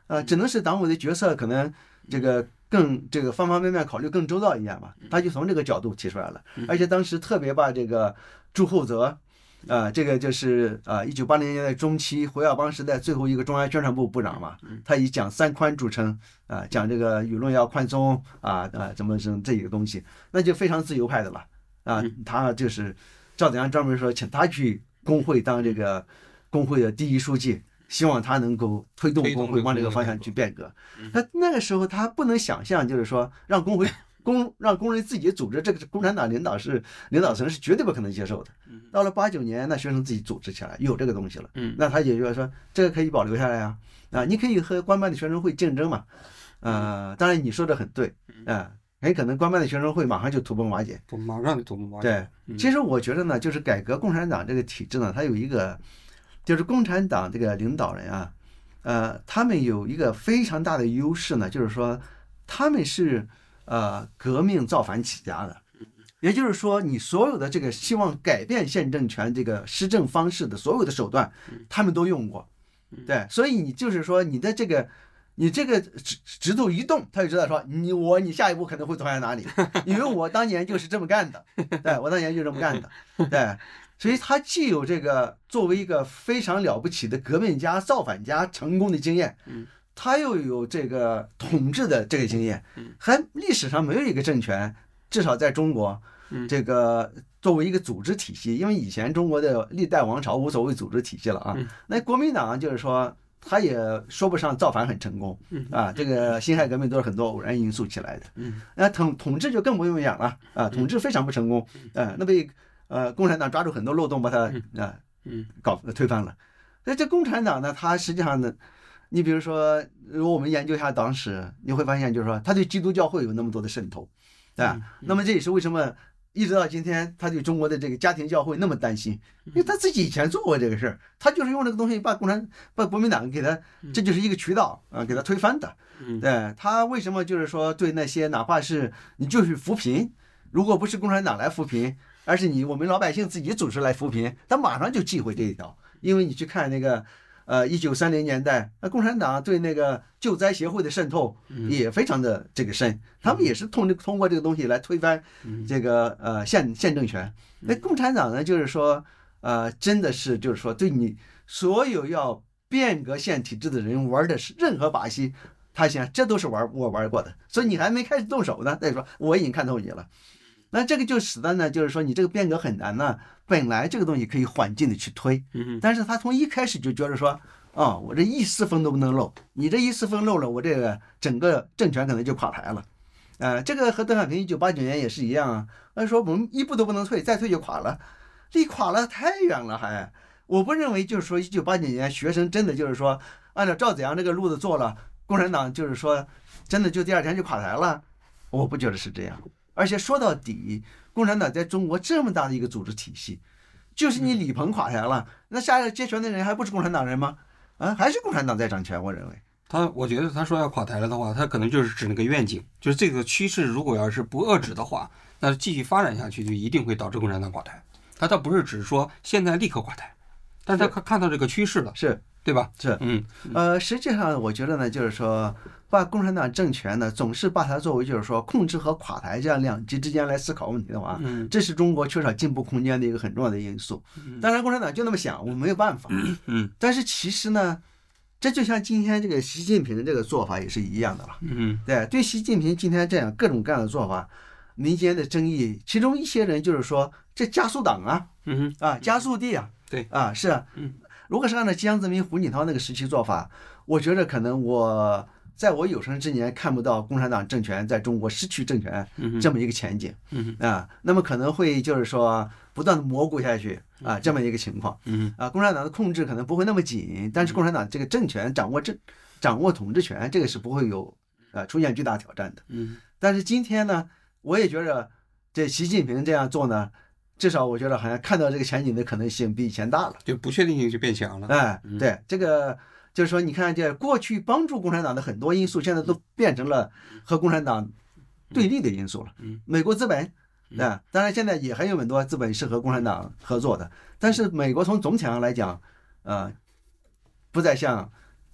只能是党委的决策可能这个这个方方面面考虑更周到一点嘛，他就从这个角度提出来了，而且当时特别把这个朱厚泽。这个就是1980年代中期胡耀邦时代最后一个中央宣传部部长嘛，他以讲三宽著称讲这个舆论要宽松怎么这一个东西，那就非常自由派的了他就是赵子阳专门说请他去工会当这个工会的第一书记，希望他能够推动工会往这个方向去变革。那个时候他不能想象，就是说让工会让工人自己组织，这个共产党领导层是绝对不可能接受的。到了89年，那学生自己组织起来，有这个东西了。那他也就是说，这个可以保留下来你可以和官办的学生会竞争嘛。当然你说的很对很可能官办的学生会马上就土崩瓦解， 马上就土崩瓦解。 对，其实我觉得呢，就是改革共产党这个体制呢，它有一个，就是共产党这个领导人他们有一个非常大的优势呢，就是说他们是革命造反起家的，也就是说，你所有的这个希望改变现政权这个施政方式的所有的手段，他们都用过。对，所以你就是说你这个指头一动，他就知道说你下一步可能会走向哪里，因为我当年就是这么干的。对，我当年就这么干的。对，所以他既有这个作为一个非常了不起的革命家、造反家成功的经验。他又有这个统治的这个经验，还历史上没有一个政权，至少在中国，这个作为一个组织体系，因为以前中国的历代王朝无所谓组织体系了那国民党就是说，他也说不上造反很成功这个辛亥革命都是很多偶然因素起来的，那统治就更不用讲了统治非常不成功那被共产党抓住很多漏洞，把它推翻了。那这共产党呢，它实际上呢。你比如说，如果我们研究一下党史，你会发现，就是说，他对基督教会有那么多的渗透，那么这也是为什么一直到今天，他对中国的这个家庭教会那么担心，因为他自己以前做过这个事儿，他就是用这个东西把国民党给他，这就是一个渠道给他推翻的。对，他为什么就是说对那些哪怕是你就是扶贫，如果不是共产党来扶贫，而是我们老百姓自己组织来扶贫，他马上就忌讳这一条，因为你去看那个。1930年代，共产党对那个救灾协会的渗透也非常的这个深，他们也是通过这个东西来推翻这个县政权。那共产党呢，就是说真的是就是说对你所有要变革县体制的人玩的是任何把戏，他想这都是我玩过的，所以你还没开始动手呢，再说我已经看透你了。那这个就使得呢，就是说你这个变革很难呢。本来这个东西可以缓进的去推，但是他从一开始就觉得说，我这一丝缝都不能漏，你这一丝缝漏了，我这个整个政权可能就垮台了。这个和邓小平1989年也是一样说我们一步都不能退，再退就垮了，离垮了太远了还。我不认为就是说1989年学生真的就是说按照赵子阳这个路子做了，共产党就是说真的就第二天就垮台了，我不觉得是这样。而且说到底，共产党在中国这么大的一个组织体系，就是你李鹏垮台了，那下一个接权的人还不是共产党人吗？还是共产党在掌权。我认为我觉得他说要垮台了的话，他可能就是指那个愿景，就是这个趋势如果要是不遏制的话，那继续发展下去就一定会导致共产党垮台。他倒不是指说现在立刻垮台，但是他看到这个趋势了， 是对吧？ 是，实际上我觉得呢，就是说把共产党政权呢，总是把它作为就是说控制和垮台这样两极之间来思考问题的话，这是中国缺少进步空间的一个很重要的因素。当然，共产党就那么想，我们没有办法。但是其实呢，这就像今天这个习近平这个做法也是一样的了。对习近平今天这样各种各样的做法，民间的争议，其中一些人就是说这加速党加速地对是啊。如果是按照江泽民、胡锦涛那个时期做法，我觉得可能在我有生之年看不到共产党政权在中国失去政权这么一个前景那么可能会就是说不断的蘑菇下去这么一个情况共产党的控制可能不会那么紧，但是共产党这个政权掌握统治权，这个是不会有出现巨大挑战的但是今天呢，我也觉得这习近平这样做呢，至少我觉得好像看到这个前景的可能性比以前大了， 就不确定性就变强了。 对，这个就是说，你看这过去帮助共产党的很多因素，现在都变成了和共产党对立的因素了。美国资本当然现在也还有很多资本是和共产党合作的，但是美国从总体上来讲，不再像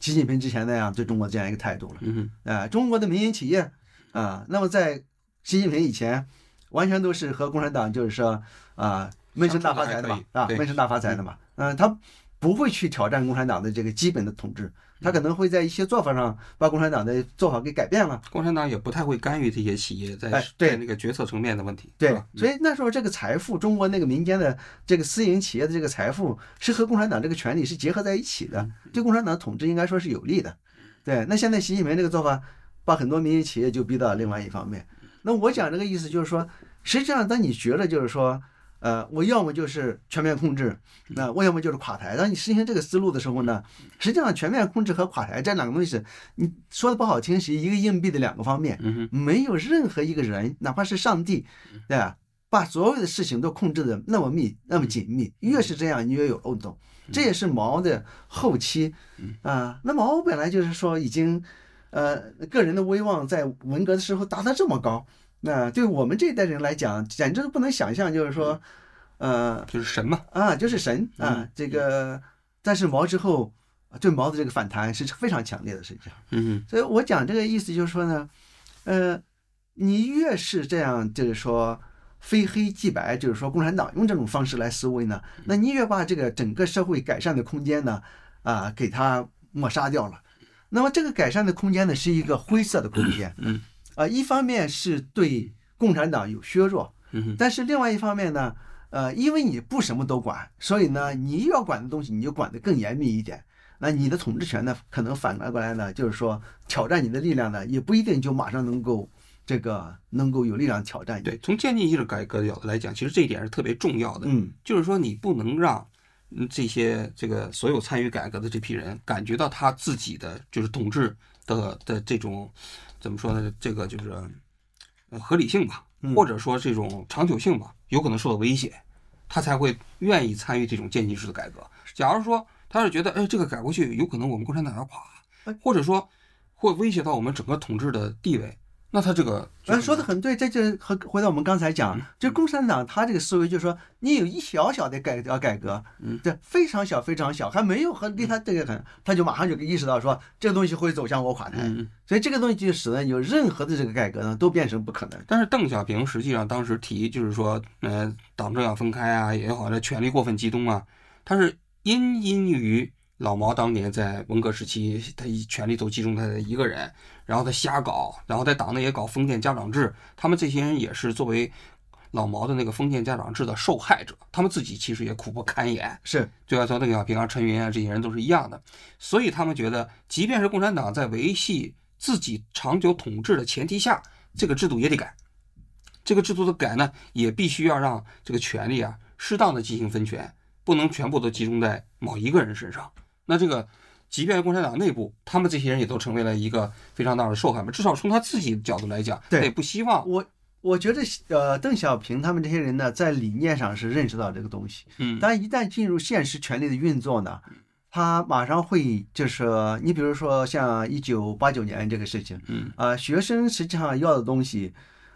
习近平之前那样对中国这样一个态度了。 嗯中国的民营企业那么在习近平以前，完全都是和共产党就是说闷声大发财的嘛，闷声大发财的嘛。他不会去挑战共产党的这个基本的统治，他可能会在一些做法上把共产党的做法给改变了。 共产党也不太会干预这些企业在那个决策层面的问题。 对，所以那时候这个财富，中国那个民间的这个私营企业的这个财富是和共产党这个权力是结合在一起的，对共产党统治应该说是有利的。对，那现在习近平这个做法，把很多民营企业就逼到另外一方面。那我讲这个意思就是说，实际上当你觉得就是说，我要么就是全面控制，我要么就是垮台。当你实行这个思路的时候呢，实际上全面控制和垮台这两个东西，你说的不好听，是一个硬币的两个方面。没有任何一个人，哪怕是上帝，对吧，把所有的事情都控制的那么密、那么紧密。越是这样，你越有漏洞。这也是毛的后期那毛本来就是说已经个人的威望在文革的时候达到这么高。那对我们这一代人来讲，简直不能想象，就是说， 就是神嘛， 就是神这个，但是毛之后，对毛的这个反弹是非常强烈的，实际上，所以我讲这个意思就是说呢，你越是这样，就是说非黑即白，就是说共产党用这种方式来思维呢，那你越把这个整个社会改善的空间呢，给它抹杀掉了。那么这个改善的空间呢，是一个灰色的空间。一方面是对共产党有削弱，但是另外一方面呢，因为你不什么都管，所以呢，你要管的东西你就管得更严密一点。那你的统治权呢，可能反过来呢，就是说挑战你的力量呢，也不一定就马上能够有力量挑战你。 对，从渐进式改革的角度来讲，其实这一点是特别重要的。就是说你不能让这个所有参与改革的这批人感觉到他自己的就是统治的这种。怎么说呢？这个就是合理性吧，或者说这种长久性吧，有可能受到威胁，他才会愿意参与这种渐进式的改革。假如说他是觉得，这个改过去有可能我们共产党要垮，或者说会威胁到我们整个统治的地位，那他这个说的很对，这就回到我们刚才讲，就共产党他这个思维就是说，你有一小小的改革，这非常小非常小，还没有和离他这个很，他就马上就意识到说这个东西会走向我垮台，所以这个东西就使得有任何的这个改革呢都变成不可能。 但是邓小平实际上当时提就是说，党政要分开啊，也好，这权力过分集中啊，他是因于老毛当年在文革时期，他权力都集中他的一个人，然后他瞎搞，然后在党内也搞封建家长制，他们这些人也是作为老毛的那个封建家长制的受害者，他们自己其实也苦不堪言。 是， 就要说邓小平陈云这些人都是一样的，所以他们觉得，即便是共产党在维系自己长久统治的前提下，这个制度也得改。这个制度的改呢，也必须要让这个权力适当的进行分权，不能全部都集中在某一个人身上。那这个即便共产党内部，他们这些人也都成为了一个非常大的受害者，至少从他自己的角度来讲，他也不希望。 我觉得邓小平他们这些人呢，在理念上是认识到这个东西，但一旦进入现实权力的运作呢，他马上会就是你比如说像1989年这个事情，学生实际上要的东西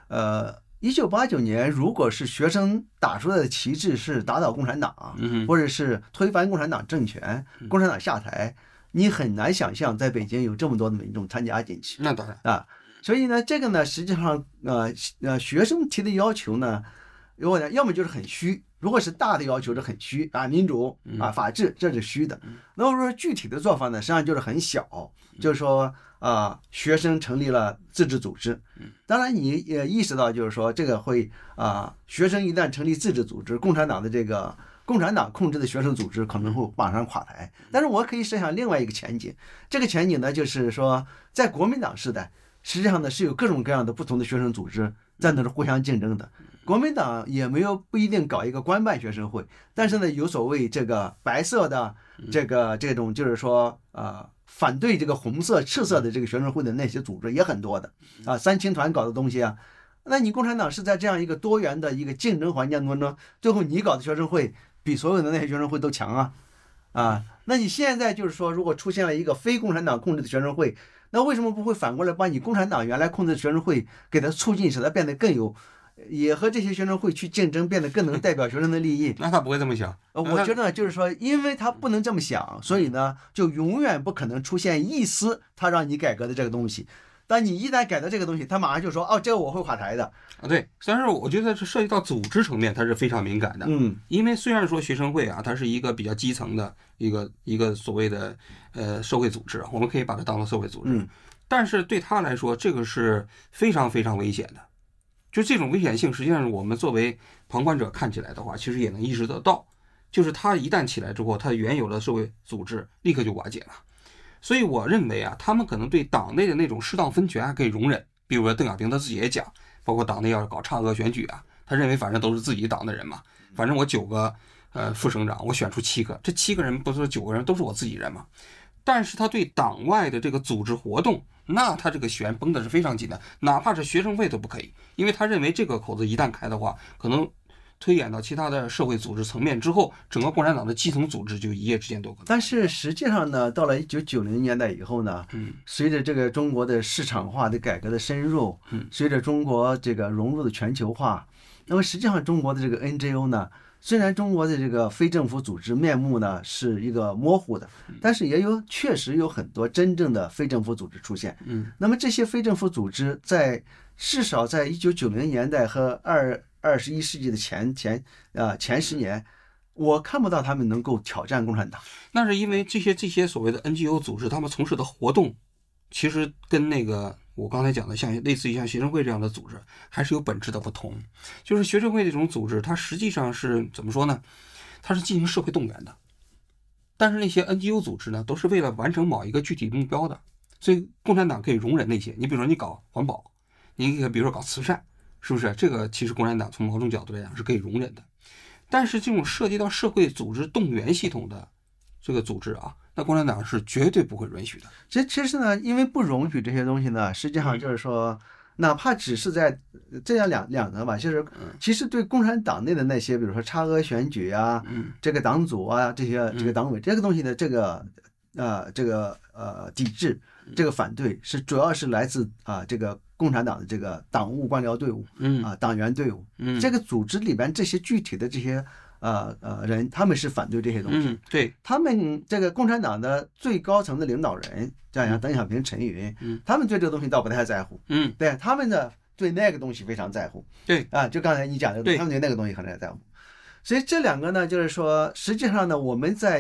，1989年如果是学生打出来的旗帜是打倒共产党，或者是推翻共产党政权，共产党下台，你很难想象在北京有这么多的民众参加进去。 那当然所以呢，这个呢，实际上学生提的要求呢，要么就是很虚，如果是大的要求是很虚民主法治，这是虚的。那么说具体的做法呢，实际上就是很小，就是说学生成立了自治组织。当然你也意识到，就是说这个会学生一旦成立自治组织，共产党控制的学生组织可能会马上垮台。但是我可以设想另外一个前景，这个前景呢，就是说在国民党时代，实际上呢是有各种各样的不同的学生组织在那儿互相竞争的。国民党也不一定搞一个官办学生会，但是呢有所谓这个白色的这种就是说反对这个红色赤色的这个学生会的那些组织也很多的三青团搞的东西那你共产党是在这样一个多元的一个竞争环境当中，最后你搞的学生会比所有的那些学生会都强那你现在就是说，如果出现了一个非共产党控制的学生会，那为什么不会反过来把你共产党原来控制的学生会给它促进，使它变得更有也和这些学生会去竞争，变得更能代表学生的利益。 那他不会这么想。 我觉得就是说，因为他不能这么想，所以呢，就永远不可能出现一丝他让你改革的这个东西。但你一旦改了这个东西，他马上就说哦，这个我会垮台的啊。对，但是我觉得这涉及到组织层面，它是非常敏感的。因为虽然说学生会啊，它是一个比较基层的一个所谓的社会组织，我们可以把它当做社会组织，但是对他来说，这个是非常非常危险的。就这种危险性，实际上我们作为旁观者看起来的话，其实也能意识得到，就是他一旦起来之后，他原有的社会组织立刻就瓦解了。所以我认为啊，他们可能对党内的那种适当分权还可以容忍。比如说邓小平他自己也讲，包括党内要搞差额选举啊，他认为反正都是自己党的人嘛，反正我9个副省长，我选出7个，这7个人不是9个人都是我自己人嘛。但是他对党外的这个组织活动，那他这个弦绷的是非常紧的，哪怕是学生会都不可以，因为他认为这个口子一旦开的话，可能推演到其他的社会组织层面之后，整个共产党的基层组织就一夜之间都可能。 但是实际上呢，到了1990年代以后呢，随着这个中国的市场化的改革的深入，随着中国这个融入的全球化，那么实际上中国的这个 NGO 呢，虽然中国的这个非政府组织面目呢是一个模糊的，但是确实有很多真正的非政府组织出现。那么这些非政府组织至少在1990年代和21世纪的前10年，我看不到他们能够挑战共产党。 那是因为这些所谓的 NGO 组织，他们从事的活动，其实跟那个我刚才讲的类似于像学生会这样的组织，还是有本质的不同。就是学生会这种组织，它实际上是怎么说呢？它是进行社会动员的，但是那些 NGO 组织呢，都是为了完成某一个具体目标的。所以共产党可以容忍那些，你比如说你搞环保，你比如说搞慈善。是不是这个其实共产党从某种角度来讲是可以容忍的，但是这种涉及到社会组织动员系统的这个组织啊，那共产党是绝对不会允许的。 其实呢，因为不容许这些东西呢，实际上就是说，哪怕只是在这样两个吧，就是其实对共产党内的那些，比如说差额选举啊，这个党组啊，这个党委这个东西的这个抵制，这个反对主要是来自这个共产党的这个党务官僚队伍，党员队伍，这个组织里边这些具体的这些人，他们是反对这些东西。 对， 他们这个共产党的最高层的领导人，像邓小平、陈云，他们对这个东西倒不太在乎。对，他们呢对那个东西非常在乎。 对就刚才你讲的，他们对那个东西很在乎。所以这两个呢，就是说，实际上呢，我们在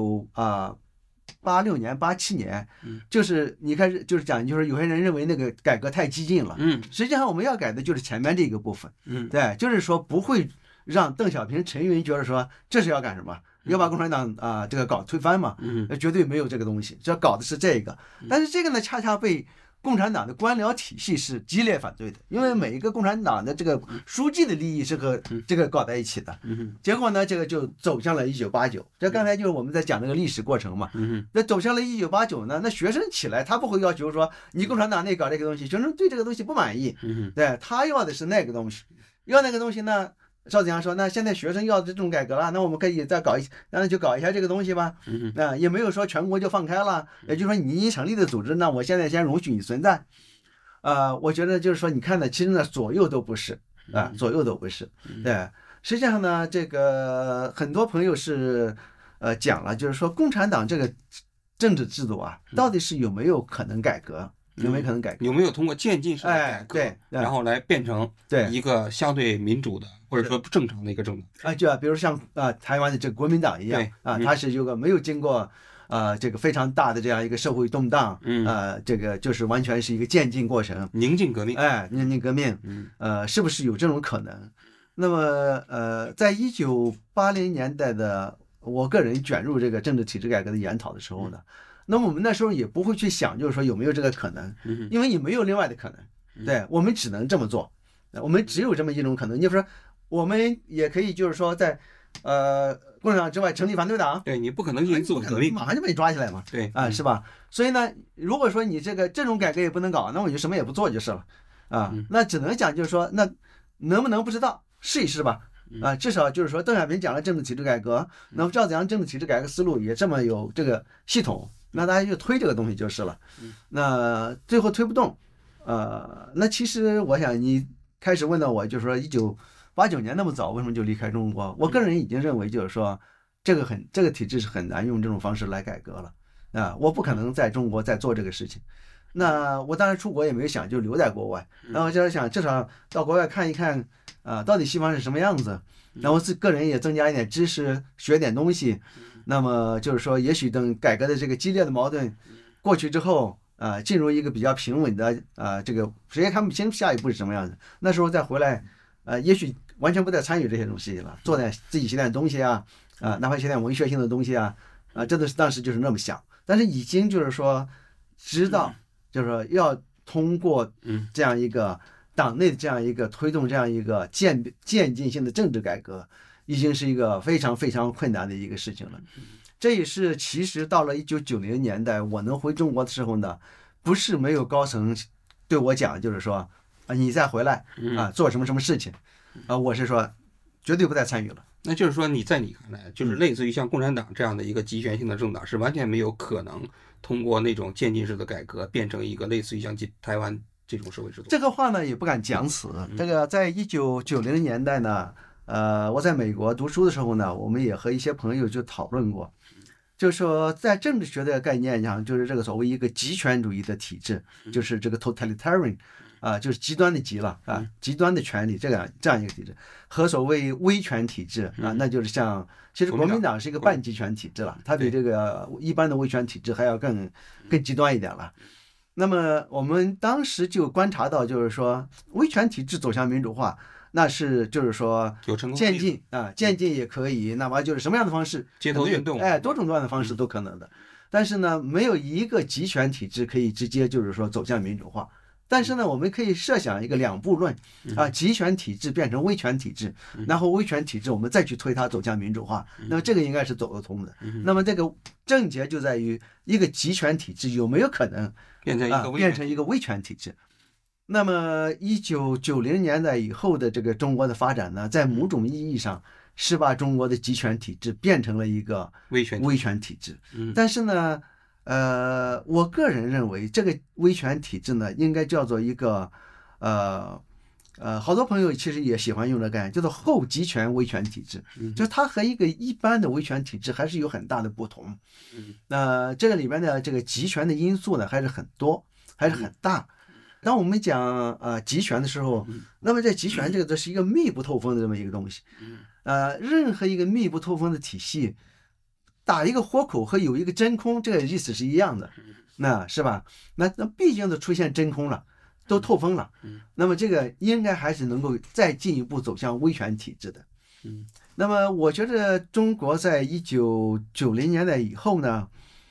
1986年、87年，就是你开始就是讲，就是有些人认为那个改革太激进了，实际上我们要改的就是前面这个部分，对，就是说不会让邓小平、陈云觉得说这是要干什么，要把共产党这个搞推翻嘛，绝对没有这个东西，要搞的是这个，但是这个呢，恰恰被共产党的官僚体系是激烈反对的，因为每一个共产党的这个书记的利益是和这个搞在一起的。结果呢，这个就走向了1989。这刚才就是我们在讲这个历史过程嘛。那走向了1989呢，那学生起来，他不会要求说你共产党内搞这个东西，学生对这个东西不满意。对，他要的是那个东西，要那个东西呢。赵子阳说：“那现在学生要这种改革了，那我们可以再那就搞一下这个东西吧。也没有说全国就放开了，也就是说你成立的组织，那我现在先容许你存在。我觉得就是说，你看呢，其实呢左右都不是左右都不是。对，实际上呢，这个很多朋友是讲了，就是说共产党这个政治制度啊，到底是有没有可能改革？”有没有可能改革？ 有没有通过渐进式的改革，然后来变成一个相对民主的或者说正常的一个政党？ 就比如像台湾的这个国民党一样它是有个没有经过这个非常大的这样一个社会动荡，这个就是完全是一个渐进过程， 宁静革命， 宁静革命，是不是有这种可能？那么在1980年代的我个人卷入这个政治体制改革的研讨的时候呢。那么我们那时候也不会去想，就是说有没有这个可能，因为也没有另外的可能，对，我们只能这么做，我们只有这么一种可能，就是说我们也可以就是说在共产党之外成立反对党， 对，你不可能进行自我革命， 马上就被抓起来嘛， 对是吧？所以呢，如果说你这种改革也不能搞，那我就什么也不做就是了，那只能讲就是说，那能不能不知道，试一试吧。至少就是说，邓小平讲了政治体制改革，那么赵子阳政治体制改革思路也这么有这个系统，那大家就推这个东西就是了。那最后推不动，那其实我想你开始问到我，就是说1989年那么早，为什么就离开中国？我个人已经认为，就是说这个体制是很难用这种方式来改革了啊！我不可能在中国再做这个事情。那我当然出国也没有想就留在国外，然后就是想至少到国外看一看到底西方是什么样子，然后个人也增加一点知识，学点东西。那么就是说，也许等改革的这个激烈的矛盾过去之后，进入一个比较平稳的这个谁也看不清下一步是什么样子，那时候再回来，也许完全不再参与这些东西了，做点自己写点东西啊，哪怕写点文学性的东西啊，真的是当时就是那么想，但是已经就是说知道。就是说，要通过这样一个党内的这样一个推动这样一个渐进性的政治改革，已经是一个非常非常困难的一个事情了。这也是其实到了1990年代，我能回中国的时候呢，不是没有高层对我讲，就是说你再回来做什么什么事情我是说绝对不再参与了。 那就是说，在你看来，就是类似于像共产党这样的一个集权性的政党，是完全没有可能通过那种渐进式的改革，变成一个类似于像台湾这种社会制度。 这个话呢，也不敢讲死。这个在1990年代呢，我在美国读书的时候呢，我们也和一些朋友就讨论过，就是说在政治学的概念上，就是这个所谓一个极权主义的体制，就是这个 totalitarian。就是极端的极了极端的权利这样一个体制，和所谓威权体制那就是像其实国民党是一个半极权体制了，它比这个一般的威权体制还要更极端一点了。那么我们当时就观察到，就是说威权体制走向民主化，那是就是说渐进也可以，哪怕就是什么样的方式， 街头运动， 多种多样的方式都可能的。但是呢，没有一个极权体制可以直接就是说走向民主化。但是呢，我们可以设想一个两步论极权体制变成威权体制，然后威权体制我们再去推它走向民主化，那么这个应该是走得通的。那么这个症结就在于一个极权体制有没有可能变成一个威权体制。那么1990年代以后的这个中国的发展呢，在某种意义上是把中国的极权体制变成了一个威权体制。但是呢我个人认为这个威权体制呢，应该叫做一个好多朋友其实也喜欢用的概念，叫做后极权威权体制，就是它和一个一般的威权体制还是有很大的不同。这个里面的这个极权的因素呢，还是很多，还是很大。当我们讲极权的时候，那么这极权这个是一个密不透风的这么一个东西。任何一个密不透风的体系，打一个豁口和有一个真空，这个意思是一样的，那是吧？那毕竟是出现真空了，都透风了，那么这个应该还是能够再进一步走向威权体制的。那么我觉得中国在1990年代以后呢，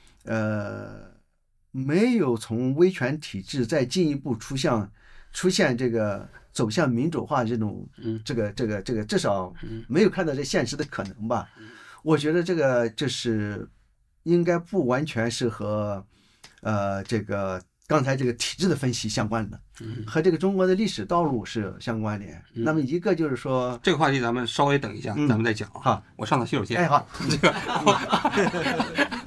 没有从威权体制再进一步出现这个走向民主化这种，这个至少没有看到这现实的可能吧。我觉得这个就是应该不完全是和这个刚才这个体制的分析相关的，和这个中国的历史道路是相关联。那么一个就是说， 这个话题咱们稍微等一下，咱们再讲。好，我上趟洗手间。 好， 这个。